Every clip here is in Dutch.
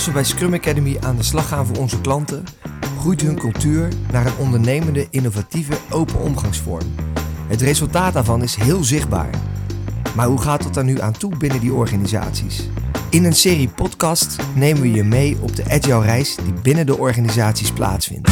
Als we bij Scrum Academy aan de slag gaan voor onze klanten, groeit hun cultuur naar een ondernemende, innovatieve, open omgangsvorm. Het resultaat daarvan is heel zichtbaar. Maar hoe gaat het er nu aan toe binnen die organisaties? In een serie podcast nemen we je mee op de agile reis die binnen de organisaties plaatsvindt.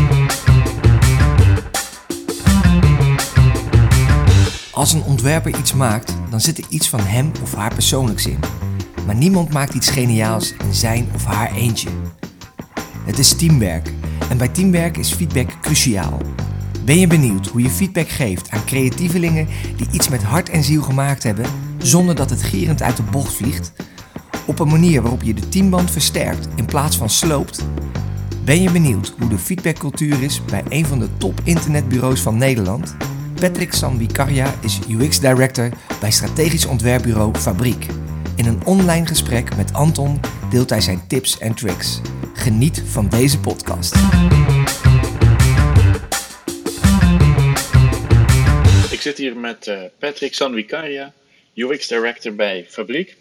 Als een ontwerper iets maakt, dan zit er iets van hem of haar persoonlijks in. Maar niemand maakt iets geniaals in zijn of haar eentje. Het is teamwerk. En bij teamwerk is feedback cruciaal. Ben je benieuwd hoe je feedback geeft aan creatievelingen die iets met hart en ziel gemaakt hebben, zonder dat het gierend uit de bocht vliegt? Op een manier waarop je de teamband versterkt in plaats van sloopt? Ben je benieuwd hoe de feedbackcultuur is bij een van de top internetbureaus van Nederland? Patrick Sanwikaria is UX Director bij strategisch ontwerpbureau Fabriek. In een online gesprek met Anton deelt hij zijn tips en tricks. Geniet van deze podcast. Ik zit hier met Patrick Sanwikaria, UX Director bij Fabriek.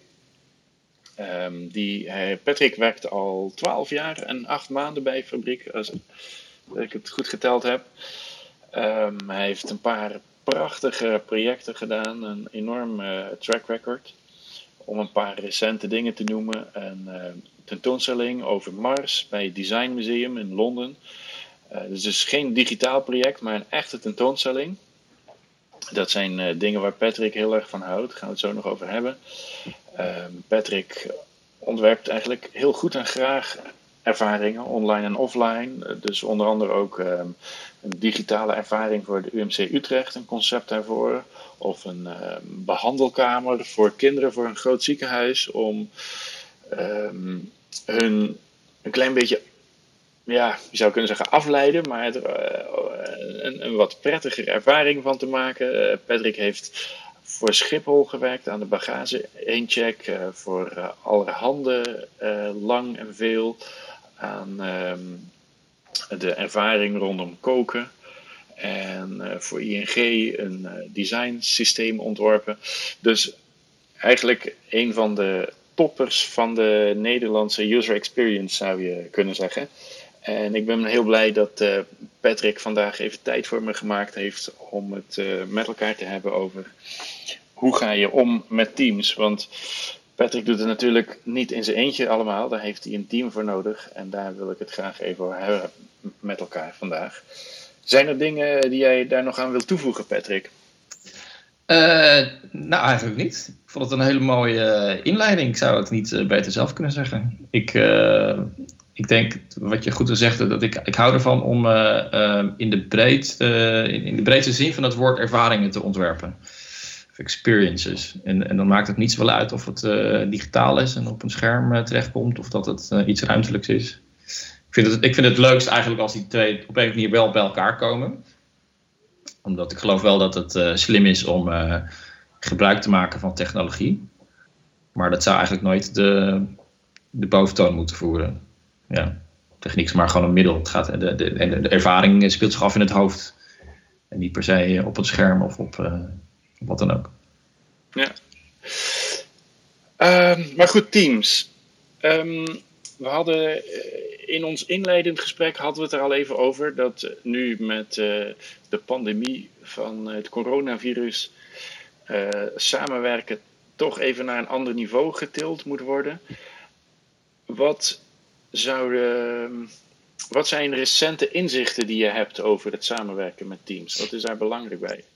Patrick werkt al 12 jaar en 8 maanden bij Fabriek, als ik het goed geteld heb. Hij heeft een paar prachtige projecten gedaan, een enorm track record. Om een paar recente dingen te noemen. Een tentoonstelling over Mars bij het Design Museum in Londen. Dus geen digitaal project, maar een echte tentoonstelling. Dat zijn dingen waar Patrick heel erg van houdt. Daar gaan we het zo nog over hebben. Patrick ontwerpt eigenlijk heel goed en graag ervaringen, online en offline. Dus onder andere ook een digitale ervaring voor de UMC Utrecht, een concept daarvoor. Of een behandelkamer voor kinderen voor een groot ziekenhuis. Om hun een klein beetje, ja, je zou kunnen zeggen afleiden, maar een wat prettigere ervaring van te maken. Patrick heeft voor Schiphol gewerkt aan de bagage-incheck, voor allerhande lang en veel aan de ervaring rondom koken. En voor ING een design systeem ontworpen. Dus eigenlijk een van de toppers van de Nederlandse user experience zou je kunnen zeggen. En ik ben heel blij dat Patrick vandaag even tijd voor me gemaakt heeft om het met elkaar te hebben over hoe ga je om met teams. Want Patrick doet het natuurlijk niet in zijn eentje allemaal. Daar heeft hij een team voor nodig. En daar wil ik het graag even over hebben met elkaar vandaag. Zijn er dingen die jij daar nog aan wilt toevoegen, Patrick? Nou, eigenlijk niet. Ik vond het een hele mooie inleiding. Ik zou het niet beter zelf kunnen zeggen. Ik denk, wat je goed zegt, dat ik hou ervan om in de breedste zin van het woord ervaringen te ontwerpen. Of experiences. En dan maakt het niet zoveel uit of het digitaal is en op een scherm terechtkomt, of dat het iets ruimtelijks is. Ik vind het leukst eigenlijk als die twee op een manier wel bij elkaar komen. Omdat ik geloof wel dat het slim is om gebruik te maken van technologie. Maar dat zou eigenlijk nooit de boventoon moeten voeren. Ja, techniek is maar gewoon een middel. Het gaat, de ervaring speelt zich af in het hoofd. En niet per se op het scherm of op wat dan ook. Ja. Maar goed, teams. We hadden in ons inleidend gesprek hadden we het er al even over dat nu met de pandemie van het coronavirus samenwerken toch even naar een ander niveau getild moet worden. Wat zijn recente inzichten die je hebt over het samenwerken met teams? Wat is daar belangrijk bij?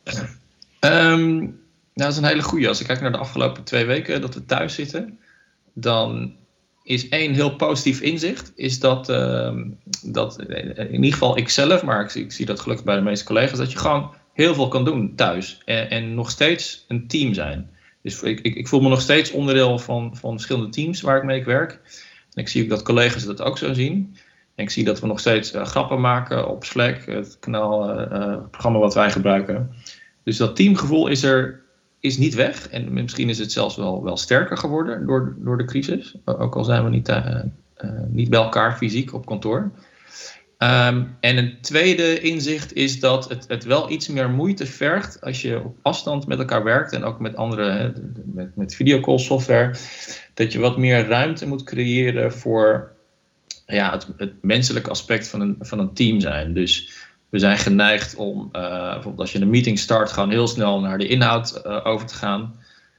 Dat is een hele goeie. Als ik kijk naar de afgelopen 2 weken dat we thuis zitten, dan is 1 heel positief inzicht, is dat in ieder geval ikzelf, maar ik zie dat gelukkig bij de meeste collega's, dat je gewoon heel veel kan doen thuis en nog steeds een team zijn. Dus ik voel me nog steeds onderdeel van verschillende teams waar ik mee werk. En ik zie ook dat collega's dat ook zo zien. En ik zie dat we nog steeds grappen maken op Slack, het programma wat wij gebruiken. Dus dat teamgevoel is niet weg. En misschien is het zelfs wel sterker geworden door de crisis. Ook al zijn we niet bij elkaar fysiek op kantoor. En een tweede inzicht is dat het wel iets meer moeite vergt als je op afstand met elkaar werkt en ook met andere, met videocall software, dat je wat meer ruimte moet creëren voor het menselijke aspect van een team zijn. Dus we zijn geneigd om, bijvoorbeeld als je een meeting start, gewoon heel snel naar de inhoud over te gaan.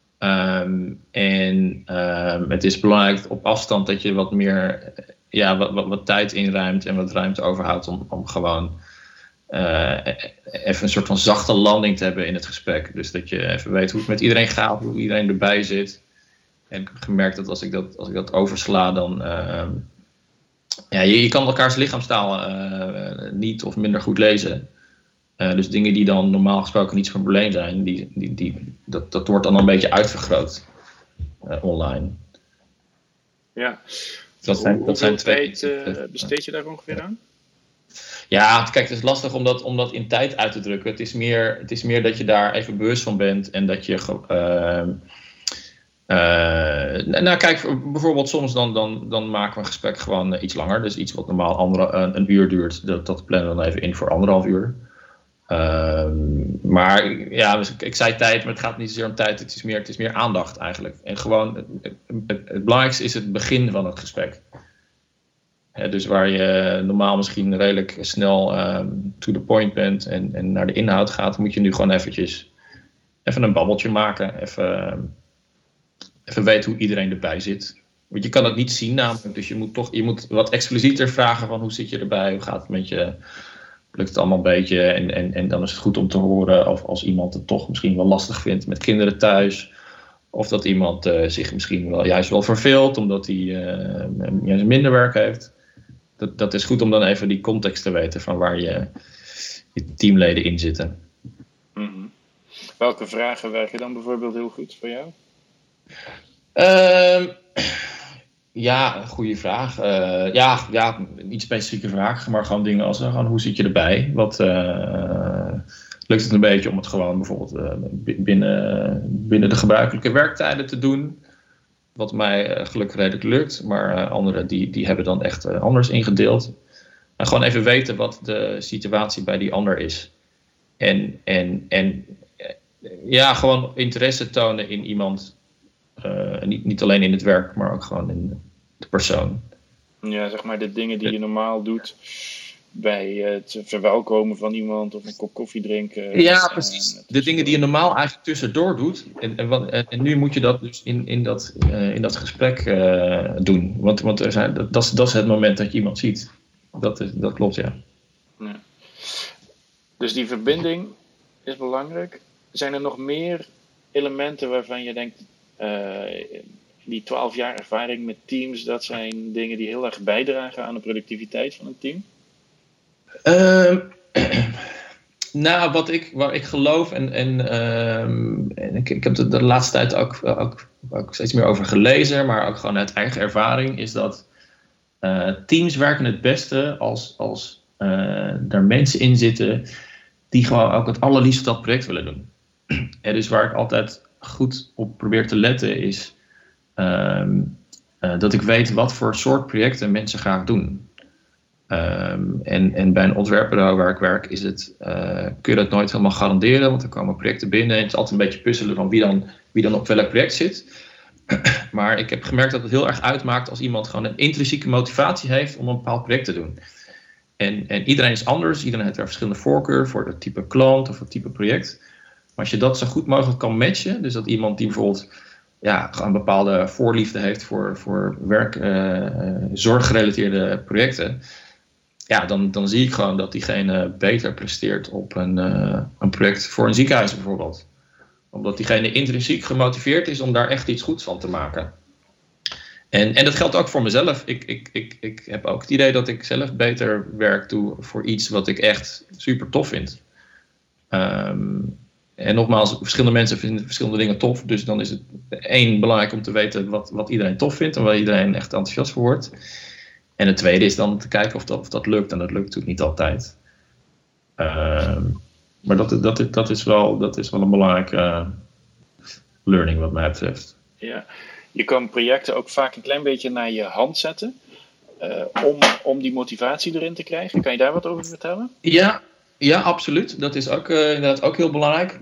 Het is belangrijk op afstand dat je wat meer wat tijd inruimt en wat ruimte overhoudt om gewoon even een soort van zachte landing te hebben in het gesprek. Dus dat je even weet hoe het met iedereen gaat, hoe iedereen erbij zit. En ik heb gemerkt dat als ik dat oversla, dan je kan elkaars lichaamstaal niet of minder goed lezen. Dus dingen die dan normaal gesproken niet zo'n probleem zijn, dat wordt dan een beetje uitvergroot online. Ja. Hoeveel tijd besteed je daar ongeveer aan? Ja, kijk, het is lastig om dat in tijd uit te drukken. Het is meer dat je daar even bewust van bent en dat je kijk, bijvoorbeeld soms dan maken we een gesprek gewoon iets langer. Dus iets wat normaal een uur duurt, dat plannen we dan even in voor 1,5 uur. Maar ja, ik zei tijd, maar het gaat niet zozeer om tijd. Het is meer aandacht eigenlijk. En gewoon, het belangrijkste is het begin van het gesprek. Dus waar je normaal misschien redelijk snel to the point bent en naar de inhoud gaat, moet je nu gewoon even een babbeltje maken. Even weten hoe iedereen erbij zit. Want je kan het niet zien namelijk, dus je moet wat explicieter vragen van hoe zit je erbij, hoe gaat het met je, lukt het allemaal een beetje en dan is het goed om te horen of als iemand het toch misschien wel lastig vindt met kinderen thuis, of dat iemand zich misschien juist wel verveelt omdat hij juist minder werk heeft. Dat is goed om dan even die context te weten van waar je teamleden in zitten. Mm-hmm. Welke vragen werken dan bijvoorbeeld heel goed voor jou? Goede vraag. Niet specifieke vragen, maar gewoon dingen als hoe zit je erbij? Lukt het een beetje om het gewoon bijvoorbeeld binnen de gebruikelijke werktijden te doen? Wat mij gelukkig redelijk lukt, maar anderen die hebben dan echt anders ingedeeld. En gewoon even weten wat de situatie bij die ander is. En gewoon interesse tonen in iemand. Niet alleen in het werk, maar ook gewoon in de persoon. Ja, zeg maar de dingen die je normaal doet bij het verwelkomen van iemand of een kop koffie drinken. Ja, precies. De dingen die je normaal eigenlijk tussendoor doet. En nu moet je dat dus in dat gesprek doen. Want dat is het moment dat je iemand ziet. Dat klopt, ja. Dus die verbinding is belangrijk. Zijn er nog meer elementen waarvan je denkt, die 12 jaar ervaring met teams, dat zijn dingen die heel erg bijdragen aan de productiviteit van een team? Waar ik geloof en ik heb de laatste tijd ook steeds meer over gelezen, maar ook gewoon uit eigen ervaring, is dat teams werken het beste als er mensen in zitten die gewoon ook het allerliefst dat project willen doen. En dus waar ik altijd goed op probeer te letten is dat ik weet wat voor soort projecten mensen graag doen. En bij een ontwerpbureau waar ik werk kun je dat nooit helemaal garanderen, want er komen projecten binnen en het is altijd een beetje puzzelen van wie dan op welk project zit. Maar ik heb gemerkt dat het heel erg uitmaakt als iemand gewoon een intrinsieke motivatie heeft om een bepaald project te doen. En iedereen is anders, iedereen heeft er verschillende voorkeur voor het type klant of het type project. Maar als je dat zo goed mogelijk kan matchen, dus dat iemand die bijvoorbeeld gewoon een bepaalde voorliefde heeft voor werk, zorggerelateerde projecten, dan zie ik gewoon dat diegene beter presteert op een project voor een ziekenhuis bijvoorbeeld. Omdat diegene intrinsiek gemotiveerd is om daar echt iets goeds van te maken. En dat geldt ook voor mezelf. Ik heb ook het idee dat ik zelf beter werk doe voor iets wat ik echt super tof vind. En nogmaals, verschillende mensen vinden verschillende dingen tof. Dus dan is het belangrijk om te weten wat iedereen tof vindt en waar iedereen echt enthousiast voor wordt. En het tweede is dan te kijken of dat lukt. En dat lukt natuurlijk niet altijd. Maar dat is wel een belangrijke learning wat mij betreft. Ja, je kan projecten ook vaak een klein beetje naar je hand zetten. om die motivatie erin te krijgen? Kan je daar wat over vertellen? Ja, absoluut. Dat is ook inderdaad ook heel belangrijk.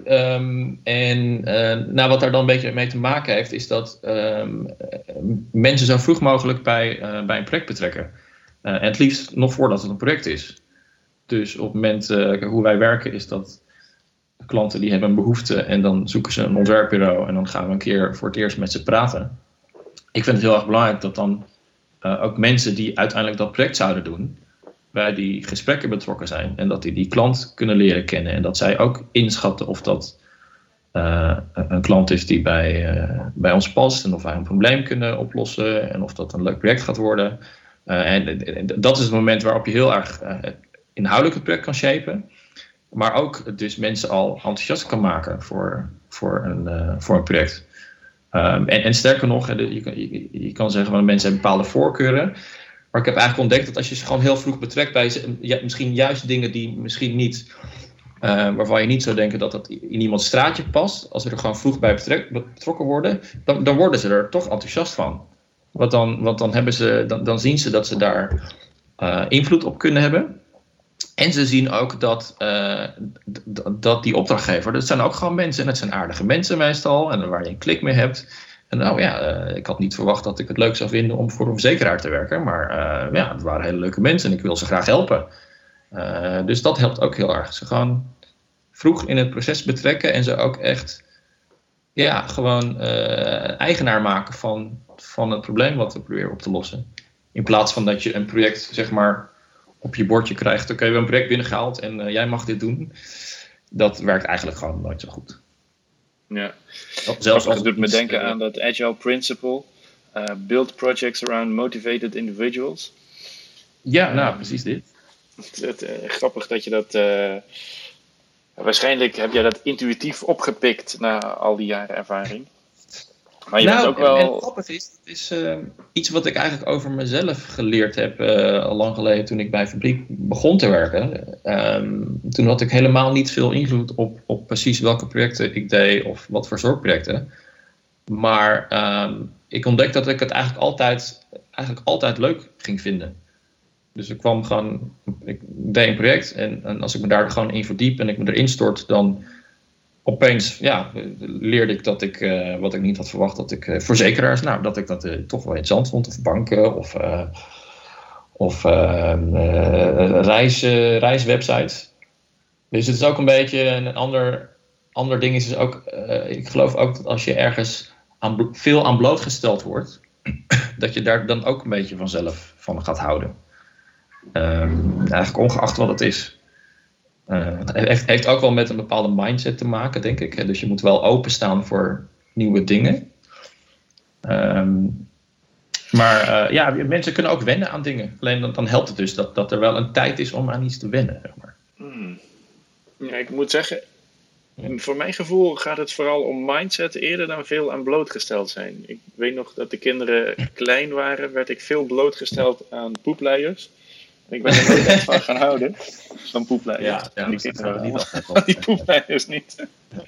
Wat daar dan een beetje mee te maken heeft, is dat mensen zo vroeg mogelijk bij een project betrekken. En het liefst nog voordat het een project is. Dus op het moment, hoe wij werken, is dat klanten die hebben een behoefte en dan zoeken ze een ontwerpbureau en dan gaan we een keer voor het eerst met ze praten. Ik vind het heel erg belangrijk dat dan ook mensen die uiteindelijk dat project zouden doen, bij die gesprekken betrokken zijn en dat die klant kunnen leren kennen en dat zij ook inschatten of dat een klant is die bij ons past en of wij een probleem kunnen oplossen en of dat een leuk project gaat worden. En dat is het moment waarop je heel erg inhoudelijk het project kan shapen, maar ook dus mensen al enthousiast kan maken voor een project. En sterker nog, je kan zeggen van mensen hebben bepaalde voorkeuren. Maar ik heb eigenlijk ontdekt dat als je ze gewoon heel vroeg betrekt bij misschien juist dingen die misschien niet, waarvan je niet zou denken dat dat in iemands straatje past. Als ze er gewoon vroeg bij betrokken worden, dan worden ze er toch enthousiast van. Want dan zien ze dat ze daar invloed op kunnen hebben. En ze zien ook dat die opdrachtgever, dat zijn ook gewoon mensen en het zijn aardige mensen meestal en waar je een klik mee hebt. En ik had niet verwacht dat ik het leuk zou vinden om voor een verzekeraar te werken, maar het waren hele leuke mensen en ik wil ze graag helpen. Dus dat helpt ook heel erg. Ze gewoon vroeg in het proces betrekken en ze ook echt gewoon eigenaar maken van het probleem wat we proberen op te lossen. In plaats van dat je een project zeg maar op je bordje krijgt, oké, we hebben een project binnengehaald en jij mag dit doen. Dat werkt eigenlijk gewoon nooit zo goed. Ja, zelfs als het doet me denken aan dat Agile Principle. Build projects around motivated individuals. Ja, precies dit. Grappig dat je dat... waarschijnlijk heb jij dat intuïtief opgepikt na al die jaren ervaring. Maar je bent ook wel... En grappig is, het is iets wat ik eigenlijk over mezelf geleerd heb al lang geleden toen ik bij Fabriek begon te werken. Toen had ik helemaal niet veel invloed op precies welke projecten ik deed of wat voor soort projecten. Maar ik ontdekte dat ik het eigenlijk altijd leuk ging vinden. Dus ik deed een project en als ik me daar gewoon in verdiep en ik me erin stort, dan opeens leerde ik dat ik, wat ik niet had verwacht, dat ik verzekeraars, dat ik dat toch wel interessant vond, of banken, of reiswebsites. Dus het is ook een beetje een ander ding is ook, ik geloof ook dat als je ergens veel aan blootgesteld wordt, dat je daar dan ook een beetje vanzelf van gaat houden. Eigenlijk ongeacht wat het is. Het heeft ook wel met een bepaalde mindset te maken, denk ik. Dus je moet wel openstaan voor nieuwe dingen. Mensen kunnen ook wennen aan dingen. Alleen dan helpt het dus dat er wel een tijd is om aan iets te wennen. Zeg maar. Ja, ik moet zeggen, voor mijn gevoel gaat het vooral om mindset eerder dan veel aan blootgesteld zijn. Ik weet nog dat de kinderen klein waren, werd ik veel blootgesteld aan poepleiers. Ik ben er nooit echt van gaan houden. Van poepleiers. Ja, die kinderen niet die poepleiers niet.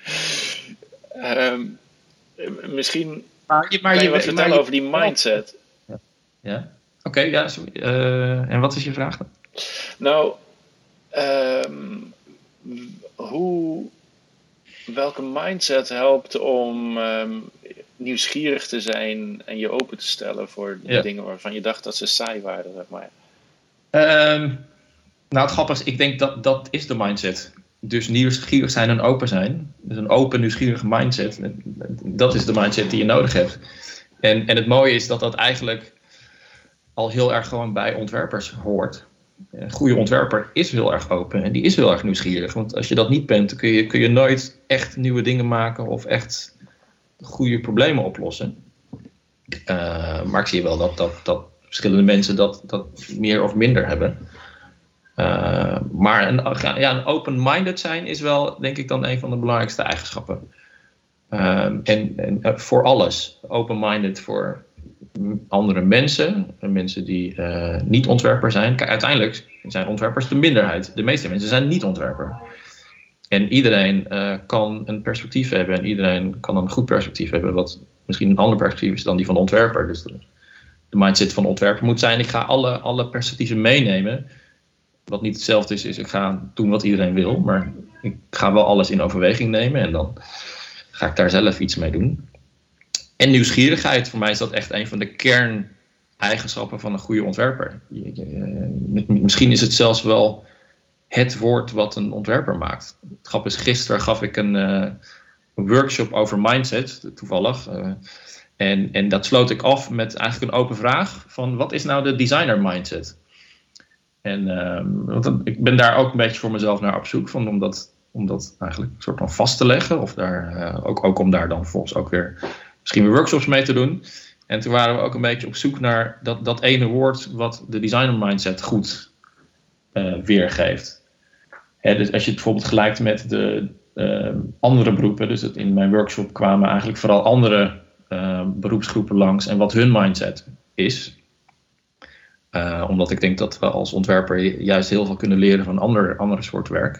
Misschien kan je wat vertellen over die mindset. Ja. Oké, en wat is je vraag dan? Nou, welke mindset helpt om nieuwsgierig te zijn en je open te stellen voor dingen waarvan je dacht dat ze saai waren, zeg maar? Het grappige is, ik denk dat is de mindset. Dus nieuwsgierig zijn en open zijn. Dus een open, nieuwsgierige mindset. Dat is de mindset die je nodig hebt. En het mooie is dat eigenlijk al heel erg gewoon bij ontwerpers hoort. Een goede ontwerper is heel erg open en die is heel erg nieuwsgierig. Want als je dat niet bent, dan kun je nooit echt nieuwe dingen maken of echt goede problemen oplossen. Maar ik zie wel dat verschillende mensen dat meer of minder hebben. Maar een open-minded zijn is wel, denk ik, dan een van de belangrijkste eigenschappen. En voor alles. Open-minded voor andere mensen die niet ontwerper zijn. Kijk, uiteindelijk zijn ontwerpers de minderheid. De meeste mensen zijn niet ontwerper. En iedereen kan een perspectief hebben en iedereen kan een goed perspectief hebben, wat misschien een ander perspectief is dan die van de ontwerper. Dus de mindset van de ontwerper moet zijn, ik ga alle perspectieven meenemen. Wat niet hetzelfde is ik ga doen wat iedereen wil, maar ik ga wel alles in overweging nemen en dan ga ik daar zelf iets mee doen. En nieuwsgierigheid, voor mij is dat echt een van de kerneigenschappen van een goede ontwerper. Misschien is het zelfs wel het woord wat een ontwerper maakt. Het grap is, gisteren gaf ik een workshop over mindset, toevallig. En dat sloot ik af met eigenlijk een open vraag van wat is nou de designer mindset? En ik ben daar ook een beetje voor mezelf naar op zoek van, om dat eigenlijk een soort van vast te leggen. Of daar, ook om daar dan vervolgens ook weer misschien weer workshops mee te doen. En toen waren we ook een beetje op zoek naar dat ene woord wat de designer mindset goed weergeeft. Dus als je het bijvoorbeeld gelijkt met de andere beroepen, dus in mijn workshop kwamen eigenlijk vooral andere beroepsgroepen langs en wat hun mindset is. Omdat ik denk dat we als ontwerper juist heel veel kunnen leren van andere soort werk.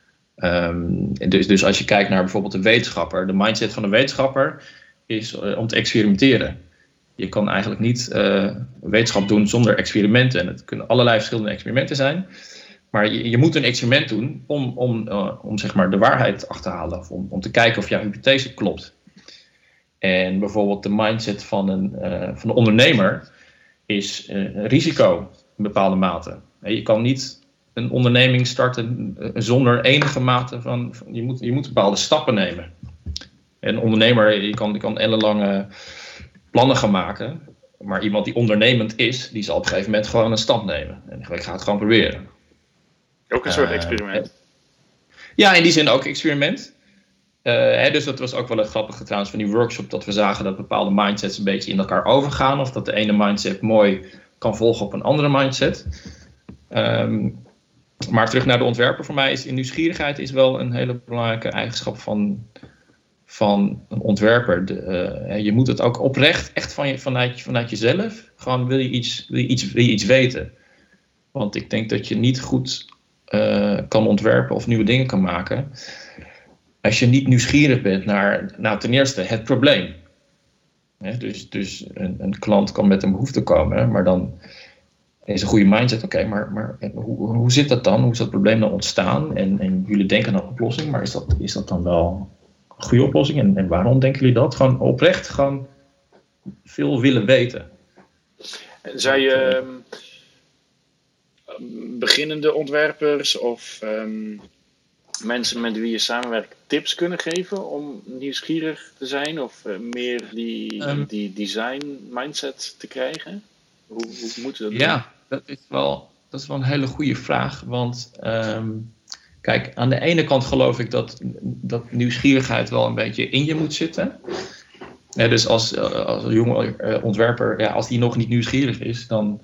Dus als je kijkt naar bijvoorbeeld de wetenschapper, de mindset van een wetenschapper is om te experimenteren. Je kan eigenlijk niet wetenschap doen zonder experimenten. En het kunnen allerlei verschillende experimenten zijn. Maar je moet een experiment doen om zeg maar de waarheid te achterhalen. Of om te kijken of jouw hypothese klopt. En bijvoorbeeld de mindset van een ondernemer is risico in bepaalde mate. Je kan niet een onderneming starten zonder enige mate van je moet bepaalde stappen nemen. En een ondernemer, je kan ellenlange plannen gaan maken. Maar iemand die ondernemend is, die zal op een gegeven moment gewoon een stap nemen. En ik ga het gewoon proberen. Ook een soort experiment. Ja, in die zin ook experiment. Dus dat was ook wel het grappige trouwens van die workshop, dat we zagen dat bepaalde mindsets een beetje in elkaar overgaan. Of dat de ene mindset mooi kan volgen op een andere mindset. Maar terug naar de ontwerper, voor mij is nieuwsgierigheid is wel een hele belangrijke eigenschap van een ontwerper. Je moet het ook oprecht, echt vanuit jezelf, gewoon wil je iets weten. Want ik denk dat je niet goed kan ontwerpen of nieuwe dingen kan maken als je niet nieuwsgierig bent naar ten eerste het probleem. Dus een klant kan met een behoefte komen, maar dan is een goede mindset. Oké, maar hoe zit dat dan? Hoe is dat probleem dan ontstaan? En jullie denken aan een oplossing, maar is dat dan wel een goede oplossing? En waarom denken jullie dat? Gewoon oprecht, gewoon veel willen weten. Zou je beginnende ontwerpers of mensen met wie je samenwerkt tips kunnen geven om nieuwsgierig te zijn of meer die design mindset te krijgen? Hoe moeten we dat doen? Ja, dat is wel een hele goede vraag. Want kijk, aan de ene kant geloof ik dat nieuwsgierigheid wel een beetje in je moet zitten. Dus als een jonge ontwerper, als die nog niet nieuwsgierig is, dan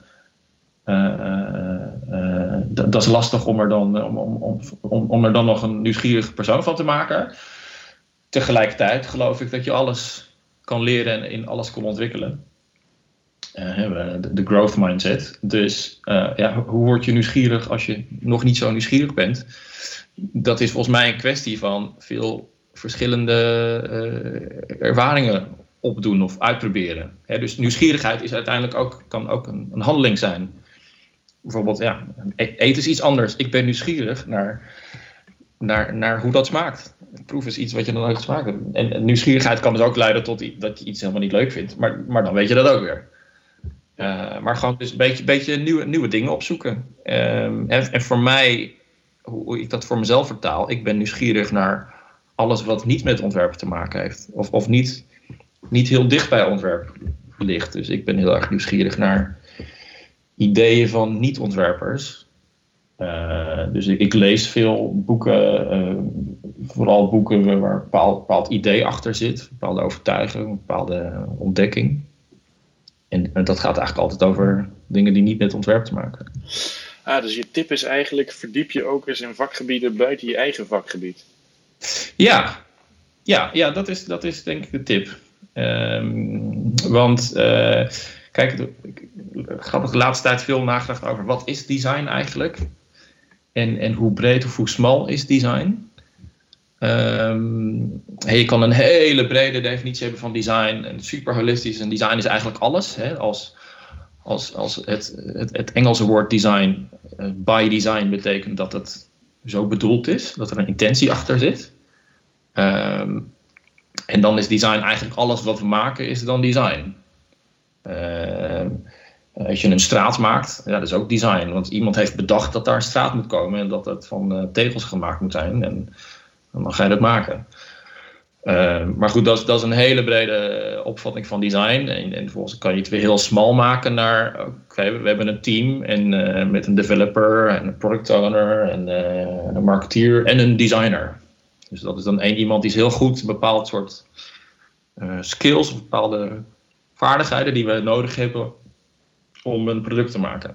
dat is lastig om er dan nog een nieuwsgierige persoon van te maken. Tegelijkertijd geloof ik dat je alles kan leren en in alles kan ontwikkelen. De growth mindset. Dus hoe word je nieuwsgierig als je nog niet zo nieuwsgierig bent? Dat is volgens mij een kwestie van veel verschillende ervaringen opdoen of uitproberen. Dus nieuwsgierigheid is uiteindelijk kan ook een handeling zijn. Bijvoorbeeld, eten is iets anders. Ik ben nieuwsgierig naar hoe dat smaakt. Proef is iets wat je dan nooit gesmaakt hebt. En nieuwsgierigheid kan dus ook leiden tot dat je iets helemaal niet leuk vindt. Maar dan weet je dat ook weer. Maar gewoon dus een beetje nieuwe dingen opzoeken. En voor mij, hoe ik dat voor mezelf vertaal, ik ben nieuwsgierig naar alles wat niet met ontwerpen te maken heeft. Of niet heel dicht bij ontwerp ligt. Dus ik ben heel erg nieuwsgierig naar ideeën van niet-ontwerpers. Dus ik lees veel boeken, vooral boeken waar een bepaald idee achter zit, een bepaalde overtuiging, een bepaalde ontdekking. En dat gaat eigenlijk altijd over dingen die niet met ontwerp te maken. Dus je tip is eigenlijk, verdiep je ook eens in vakgebieden buiten je eigen vakgebied. Ja, dat is denk ik de tip. Want kijk, grappig, de laatste tijd veel nagedacht over wat is design eigenlijk? En hoe breed of hoe smal is design? Je kan een hele brede definitie hebben van design en super holistisch. En design is eigenlijk alles. als het Engelse woord design by design betekent dat het zo bedoeld is, dat er een intentie achter zit. En dan is design eigenlijk alles wat we maken, is dan design. Als je een straat maakt, ja, dat is ook design. Want iemand heeft bedacht dat daar een straat moet komen en dat het van tegels gemaakt moet zijn. En dan ga je dat maken. Maar goed, dat is een hele brede opvatting van design. En vervolgens kan je het weer heel smal maken naar... we hebben een team en, met een developer en een product owner en een marketeer en een designer. Dus dat is dan iemand die is heel goed een bepaald soort skills of bepaalde vaardigheden die we nodig hebben om een product te maken.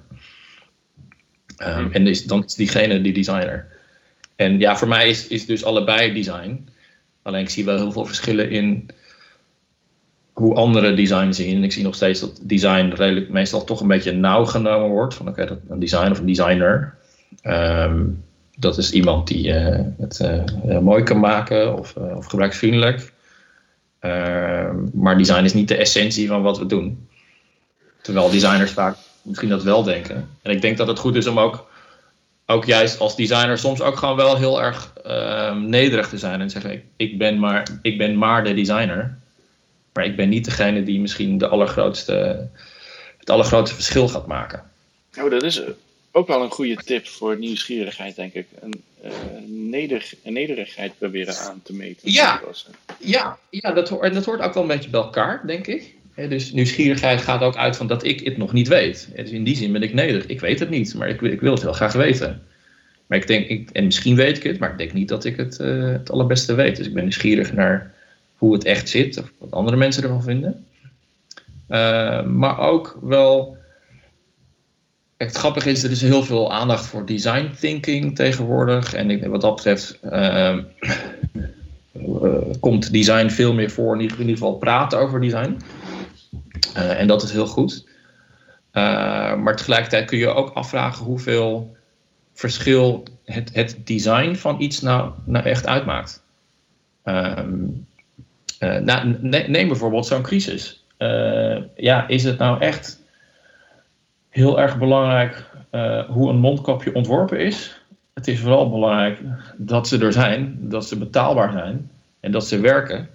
En dan is diegene die designer. En ja, voor mij is dus allebei design. Alleen ik zie wel heel veel verschillen in hoe anderen design zien. En ik zie nog steeds dat design redelijk meestal toch een beetje nauw genomen wordt. Van oké, een design of een designer. Dat is iemand die het mooi kan maken of gebruiksvriendelijk. Maar design is niet de essentie van wat we doen. Terwijl designers vaak misschien dat wel denken. En ik denk dat het goed is om ook juist als designer soms ook gewoon wel heel erg nederig te zijn. En zeggen, ik ben maar de designer. Maar ik ben niet degene die misschien het allergrootste verschil gaat maken. Nou, dat is ook wel een goede tip voor nieuwsgierigheid, denk ik. Een nederigheid proberen aan te meten. Ja, dat hoort ook wel een beetje bij elkaar, denk ik. Dus nieuwsgierigheid gaat ook uit van dat ik het nog niet weet. Dus in die zin ben ik nederig. Ik weet het niet, maar ik wil het heel graag weten. Maar ik denk, en misschien weet ik het, maar ik denk niet dat ik het allerbeste weet. Dus ik ben nieuwsgierig naar hoe het echt zit, of wat andere mensen ervan vinden. Maar ook wel... Het grappige is, er is heel veel aandacht voor design thinking tegenwoordig. En wat dat betreft komt design veel meer voor. In ieder geval praten over design. En dat is heel goed. Maar tegelijkertijd kun je ook afvragen hoeveel verschil het design van iets nou echt uitmaakt. Neem bijvoorbeeld zo'n crisis. Is het nou echt heel erg belangrijk hoe een mondkapje ontworpen is? Het is vooral belangrijk dat ze er zijn, dat ze betaalbaar zijn en dat ze werken.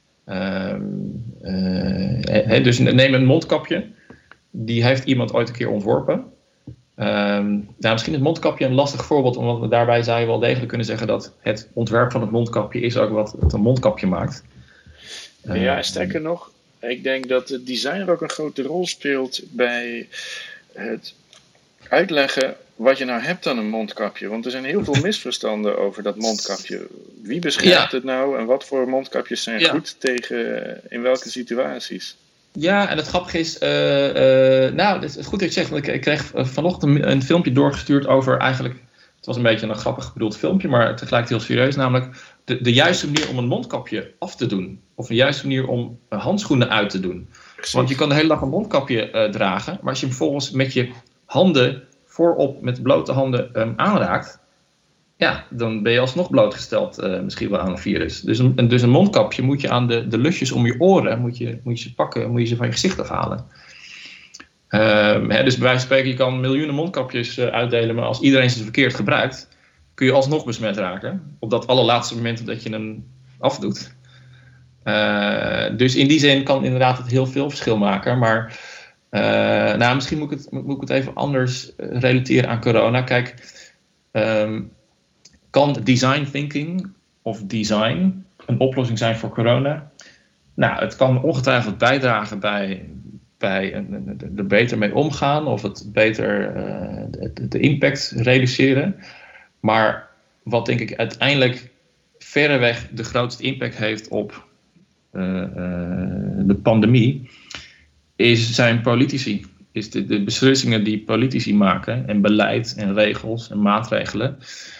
Dus neem een mondkapje. Die heeft iemand ooit een keer ontworpen. Misschien is het mondkapje een lastig voorbeeld, omdat we daarbij zou je wel degelijk kunnen zeggen dat het ontwerp van het mondkapje is ook wat het een mondkapje maakt. Sterker nog, ik denk dat de designer ook een grote rol speelt bij het uitleggen wat je nou hebt aan een mondkapje. Want er zijn heel veel misverstanden over dat mondkapje. Wie beschermt het nou en wat voor mondkapjes zijn goed tegen in welke situaties? Ja, en het grappige is... het is goed dat je zegt, want ik kreeg vanochtend een filmpje doorgestuurd over eigenlijk... Het was een beetje een grappig bedoeld filmpje, maar tegelijk heel serieus. Namelijk de juiste manier om een mondkapje af te doen. Of de juiste manier om handschoenen uit te doen. Precies. Want je kan de hele dag een mondkapje dragen. Maar als je hem vervolgens met je handen voorop met blote handen aanraakt... Ja, dan ben je alsnog blootgesteld misschien wel aan een virus. Dus een mondkapje moet je aan de lusjes om je oren... moet je ze pakken, moet je ze van je gezicht afhalen. Dus bij wijze van spreken, je kan miljoenen mondkapjes uitdelen... maar als iedereen ze verkeerd gebruikt... kun je alsnog besmet raken. Op dat allerlaatste moment dat je hem afdoet. Dus in die zin kan inderdaad het heel veel verschil maken. Maar misschien moet ik het even anders relateren aan corona. Kijk, kan design thinking of design een oplossing zijn voor corona? Nou, het kan ongetwijfeld bijdragen bij er beter mee omgaan of het beter de impact reduceren. Maar wat denk ik uiteindelijk verreweg de grootste impact heeft op de pandemie, zijn politici. Is de beslissingen die politici maken en beleid en regels en maatregelen.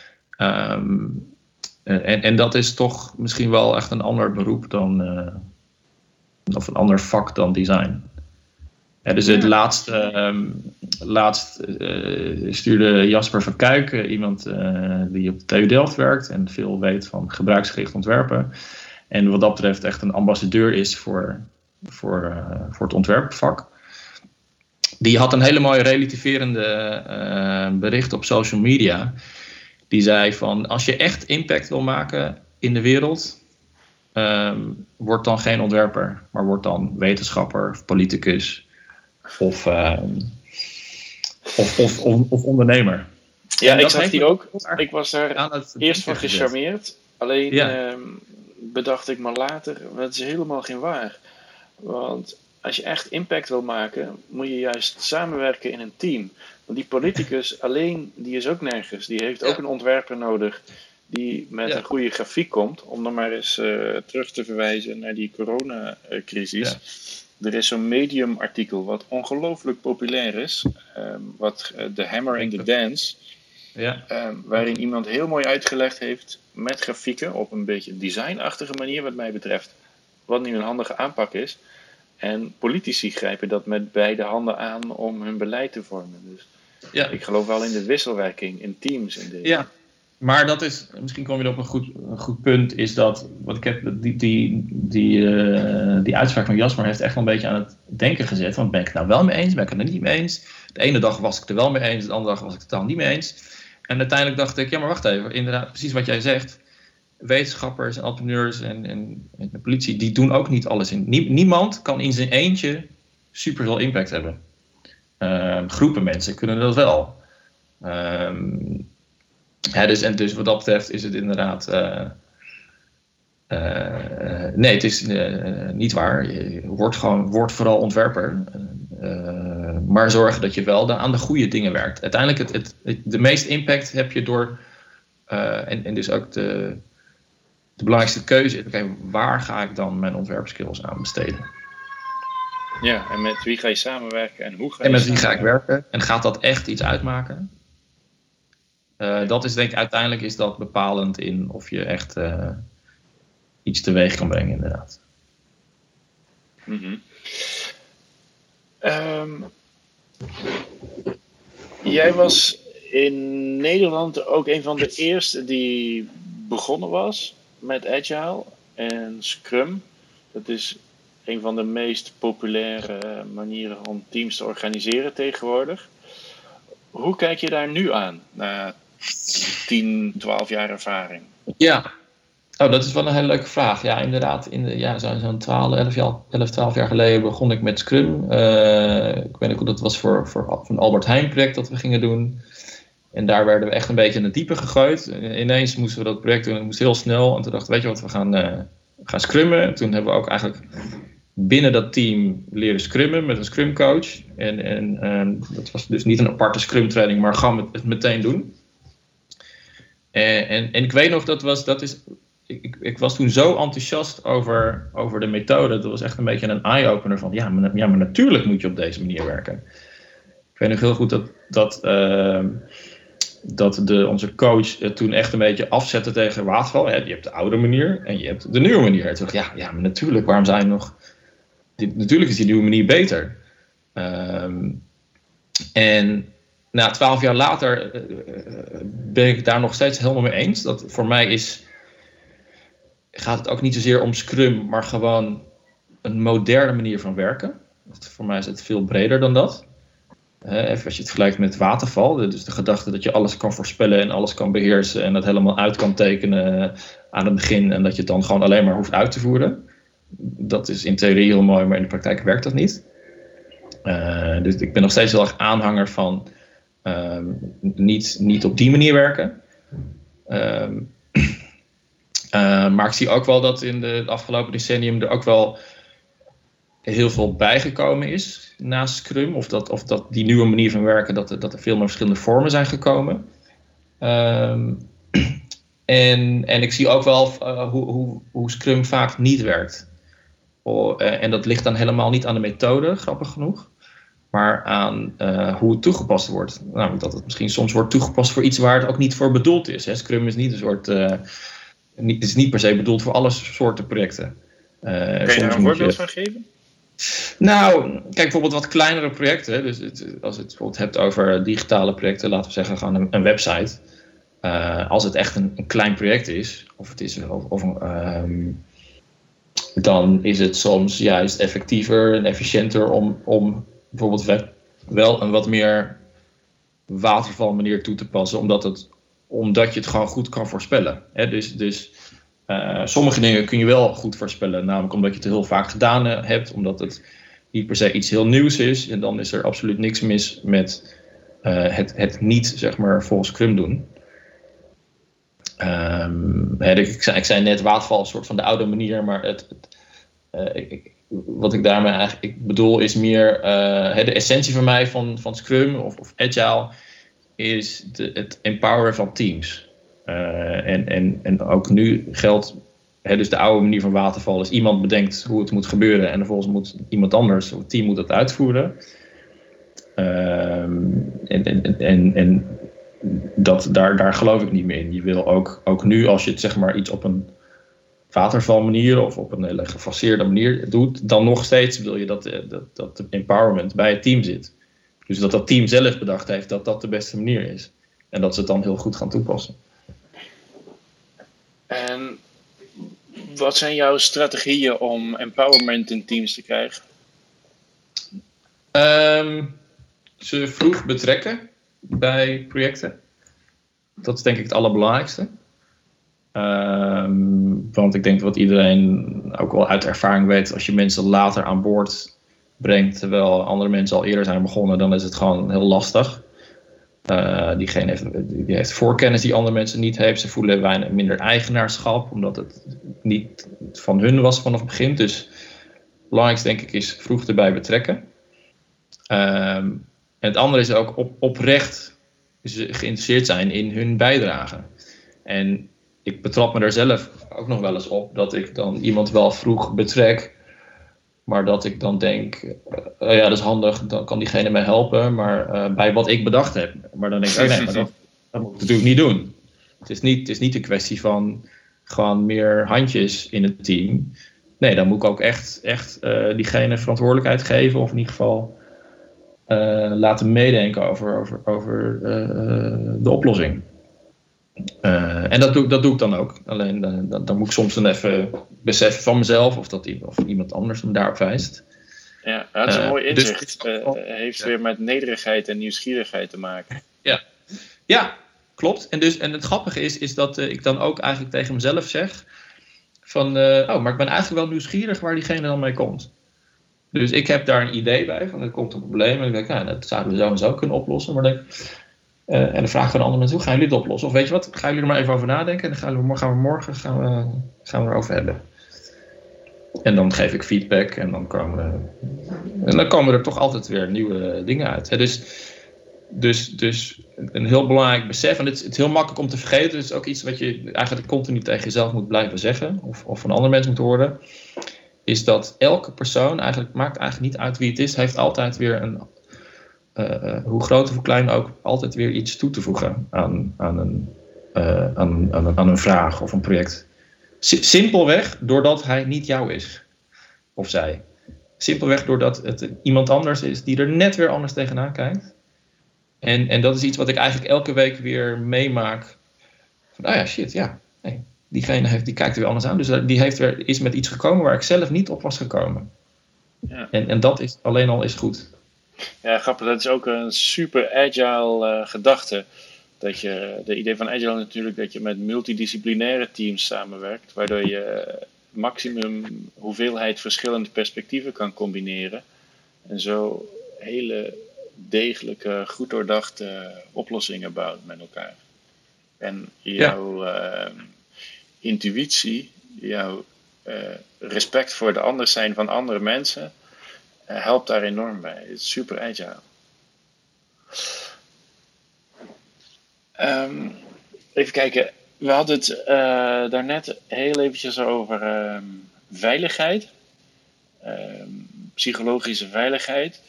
En dat is toch misschien wel echt een ander beroep dan of een ander vak dan design. Dus het laatst stuurde Jasper van Kuik, iemand die op de TU Delft werkt en veel weet van gebruiksgericht ontwerpen. En wat dat betreft echt een ambassadeur is voor het ontwerpvak. die had een hele mooie relativerende bericht op social media. Die zei van, als je echt impact wil maken in de wereld, word dan geen ontwerper, maar word dan wetenschapper of politicus of ondernemer. Ja, ik zag die ook. Ik was daar eerst van gecharmeerd. Alleen bedacht ik me later, dat is helemaal geen waar. Want als je echt impact wil maken, moet je juist samenwerken in een team. Want die politicus alleen, die is ook nergens. Die heeft ook een ontwerper nodig die met een goede grafiek komt. Om dan maar eens terug te verwijzen naar die coronacrisis. Ja. Er is zo'n Medium-artikel wat ongelooflijk populair is. The Hammer and the Dance. Ja. Waarin iemand heel mooi uitgelegd heeft met grafieken op een beetje designachtige manier wat mij betreft. Wat nu een handige aanpak is. En politici grijpen dat met beide handen aan om hun beleid te vormen. Dus ik geloof wel in de wisselwerking, in teams. Ja, maar dat is, misschien kom je op een goed punt, is dat, wat ik heb, die uitspraak van Jasper heeft echt wel een beetje aan het denken gezet. Want ben ik het nou wel mee eens, ben ik het er niet mee eens? De ene dag was ik het er wel mee eens, de andere dag was ik het totaal niet mee eens. En uiteindelijk dacht ik, ja maar wacht even, inderdaad, precies wat jij zegt. Wetenschappers en entrepreneurs en de politie, die doen ook niet alles in. Niemand kan in zijn eentje super veel impact hebben. Groepen mensen kunnen dat wel. Dus wat dat betreft is het inderdaad... nee, het is niet waar. Word vooral ontwerper. Maar zorg dat je wel aan de goede dingen werkt. Uiteindelijk, de meeste impact heb je door... en dus ook de belangrijkste keuze is, waar ga ik dan mijn ontwerpskills aan besteden? Ja, en met wie ga je samenwerken en hoe ga je En met wie ga ik werken? En gaat dat echt iets uitmaken? Dat is denk ik, uiteindelijk is dat bepalend in of je echt iets teweeg kan brengen, inderdaad. Mm-hmm. Jij was in Nederland ook een van de eerste die begonnen was met Agile en Scrum. Dat is een van de meest populaire manieren om teams te organiseren tegenwoordig. Hoe kijk je daar nu aan, na 10, 12 jaar ervaring? Ja, dat is wel een hele leuke vraag. Ja, inderdaad, zo'n 11, 12 jaar geleden begon ik met Scrum. Ik weet niet goed, dat was voor een Albert Heijn project dat we gingen doen. En daar werden we echt een beetje in het diepe gegooid. Ineens moesten we dat project doen, het moest heel snel. En toen dachten we, weet je wat, we gaan scrummen. En toen hebben we ook eigenlijk binnen dat team leren scrummen met een scrumcoach. En dat was dus niet een aparte scrum training, maar gewoon het meteen doen. En ik weet nog, ik was toen zo enthousiast over de methode. Dat was echt een beetje een eye-opener van, ja, maar natuurlijk moet je op deze manier werken. Ik weet nog heel goed dat onze coach toen echt een beetje afzette tegen waterval. Je hebt de oude manier en je hebt de nieuwe manier. En toen dacht ik, ja, maar natuurlijk, waarom zijn nog... Natuurlijk is die nieuwe manier beter. En 12 jaar later ben ik het daar nog steeds helemaal mee eens. Dat voor mij gaat het ook niet zozeer om Scrum, maar gewoon een moderne manier van werken. Voor mij is het veel breder dan dat. Even als je het vergelijkt met waterval, dus de gedachte dat je alles kan voorspellen en alles kan beheersen en dat helemaal uit kan tekenen aan het begin en dat je het dan gewoon alleen maar hoeft uit te voeren. Dat is in theorie heel mooi, maar in de praktijk werkt dat niet. Dus ik ben nog steeds heel erg aanhanger van niet op die manier werken. Maar ik zie ook wel dat in het afgelopen decennium er ook wel heel veel bijgekomen is naast Scrum. Of dat die nieuwe manier van werken, dat er veel meer verschillende vormen zijn gekomen. En ik zie ook wel hoe Scrum vaak niet werkt. En dat ligt dan helemaal niet aan de methode, grappig genoeg. Maar aan hoe het toegepast wordt. Namelijk dat het misschien soms wordt toegepast voor iets waar het ook niet voor bedoeld is. Hè. Scrum is niet een soort... het is niet per se bedoeld voor alle soorten projecten. Kun je daar een voorbeeld van geven? Nou, kijk bijvoorbeeld wat kleinere projecten. Dus als je het bijvoorbeeld hebt over digitale projecten, laten we zeggen gewoon een website. Als het echt een klein project is, dan is het soms juist effectiever en efficiënter om bijvoorbeeld wel een wat meer waterval manier toe te passen, omdat je het gewoon goed kan voorspellen. Hè? Dus sommige dingen kun je wel goed voorspellen, namelijk omdat je het heel vaak gedaan hebt, omdat het niet per se iets heel nieuws is. En dan is er absoluut niks mis met het niet, zeg maar, volgens Scrum doen. Ik zei net, waterval is een soort van de oude manier, maar wat ik daarmee eigenlijk bedoel is meer de essentie voor mij van Scrum of Agile is het empoweren van teams. En ook nu geldt, dus de oude manier van waterval is iemand bedenkt hoe het moet gebeuren en vervolgens moet iemand anders of het team moet dat uitvoeren. Daar geloof ik niet meer in. Je wil ook nu, als je het, zeg maar, iets op een watervalmanier of op een hele gefaseerde manier doet, dan nog steeds wil je dat de empowerment bij het team zit. Dus dat team zelf bedacht heeft dat de beste manier is. En dat ze het dan heel goed gaan toepassen. En wat zijn jouw strategieën om empowerment in teams te krijgen? Ze vroeg betrekken bij projecten. Dat is denk ik het allerbelangrijkste. Want ik denk wat iedereen ook wel uit ervaring weet, als je mensen later aan boord brengt terwijl andere mensen al eerder zijn begonnen, dan is het gewoon heel lastig. Diegene heeft voorkennis die andere mensen niet heeft. Ze voelen minder eigenaarschap, omdat het niet van hun was vanaf het begin. Dus het belangrijkste denk ik is vroeg erbij betrekken. En het andere is ook oprecht geïnteresseerd zijn in hun bijdrage. En ik betrap me daar zelf ook nog wel eens op dat ik dan iemand wel vroeg betrek, maar dat ik dan denk, ja, dat is handig, dan kan diegene mij helpen, maar bij wat ik bedacht heb. Maar dan denk ik, nee, maar dat moet ik natuurlijk niet doen. Het is niet een kwestie van gewoon meer handjes in het team. Nee, dan moet ik ook echt diegene verantwoordelijkheid geven, of in ieder geval laten meedenken over de oplossing. En dat doe ik dan ook. Alleen dan moet ik soms dan even beseffen van mezelf of iemand anders me daarop wijst. Ja, dat is een mooi inzicht. Heeft weer met nederigheid en nieuwsgierigheid te maken. Ja, klopt. En het grappige is dat ik dan ook eigenlijk tegen mezelf zeg van, maar ik ben eigenlijk wel nieuwsgierig waar diegene dan mee komt. Dus ik heb daar een idee bij, van er komt een probleem en ik denk, ja, dat zouden we zo en zo kunnen oplossen. Maar en dan vraag ik van andere mensen, hoe gaan jullie het oplossen? Of weet je wat, gaan jullie er maar even over nadenken en dan gaan we morgen erover hebben. En dan geef ik feedback en dan komen er toch altijd weer nieuwe dingen uit. Hè? Dus een heel belangrijk besef, en het is heel makkelijk om te vergeten, het is ook iets wat je eigenlijk continu tegen jezelf moet blijven zeggen, of van andere mensen moet horen, is dat elke persoon, maakt eigenlijk niet uit wie het is, heeft altijd weer hoe groot of hoe klein ook, altijd weer iets toe te voegen aan een vraag of een project. Simpelweg doordat hij niet jou is. Of zij. Simpelweg doordat het iemand anders is die er net weer anders tegenaan kijkt. En dat is iets wat ik eigenlijk elke week weer meemaak. Van, diegene die kijkt er weer anders aan. Dus die is met iets gekomen waar ik zelf niet op was gekomen. Ja. En dat is alleen al is goed. Ja, grappig. Dat is ook een super agile gedachte. De idee van agile natuurlijk dat je met multidisciplinaire teams samenwerkt, waardoor je maximum hoeveelheid verschillende perspectieven kan combineren en zo hele degelijke, goed doordachte oplossingen bouwt met elkaar. En jouw intuïtie, jouw respect voor de anders zijn van andere mensen helpt daar enorm bij. Het is super agile. Even kijken. We hadden het daarnet heel eventjes over veiligheid. Psychologische veiligheid.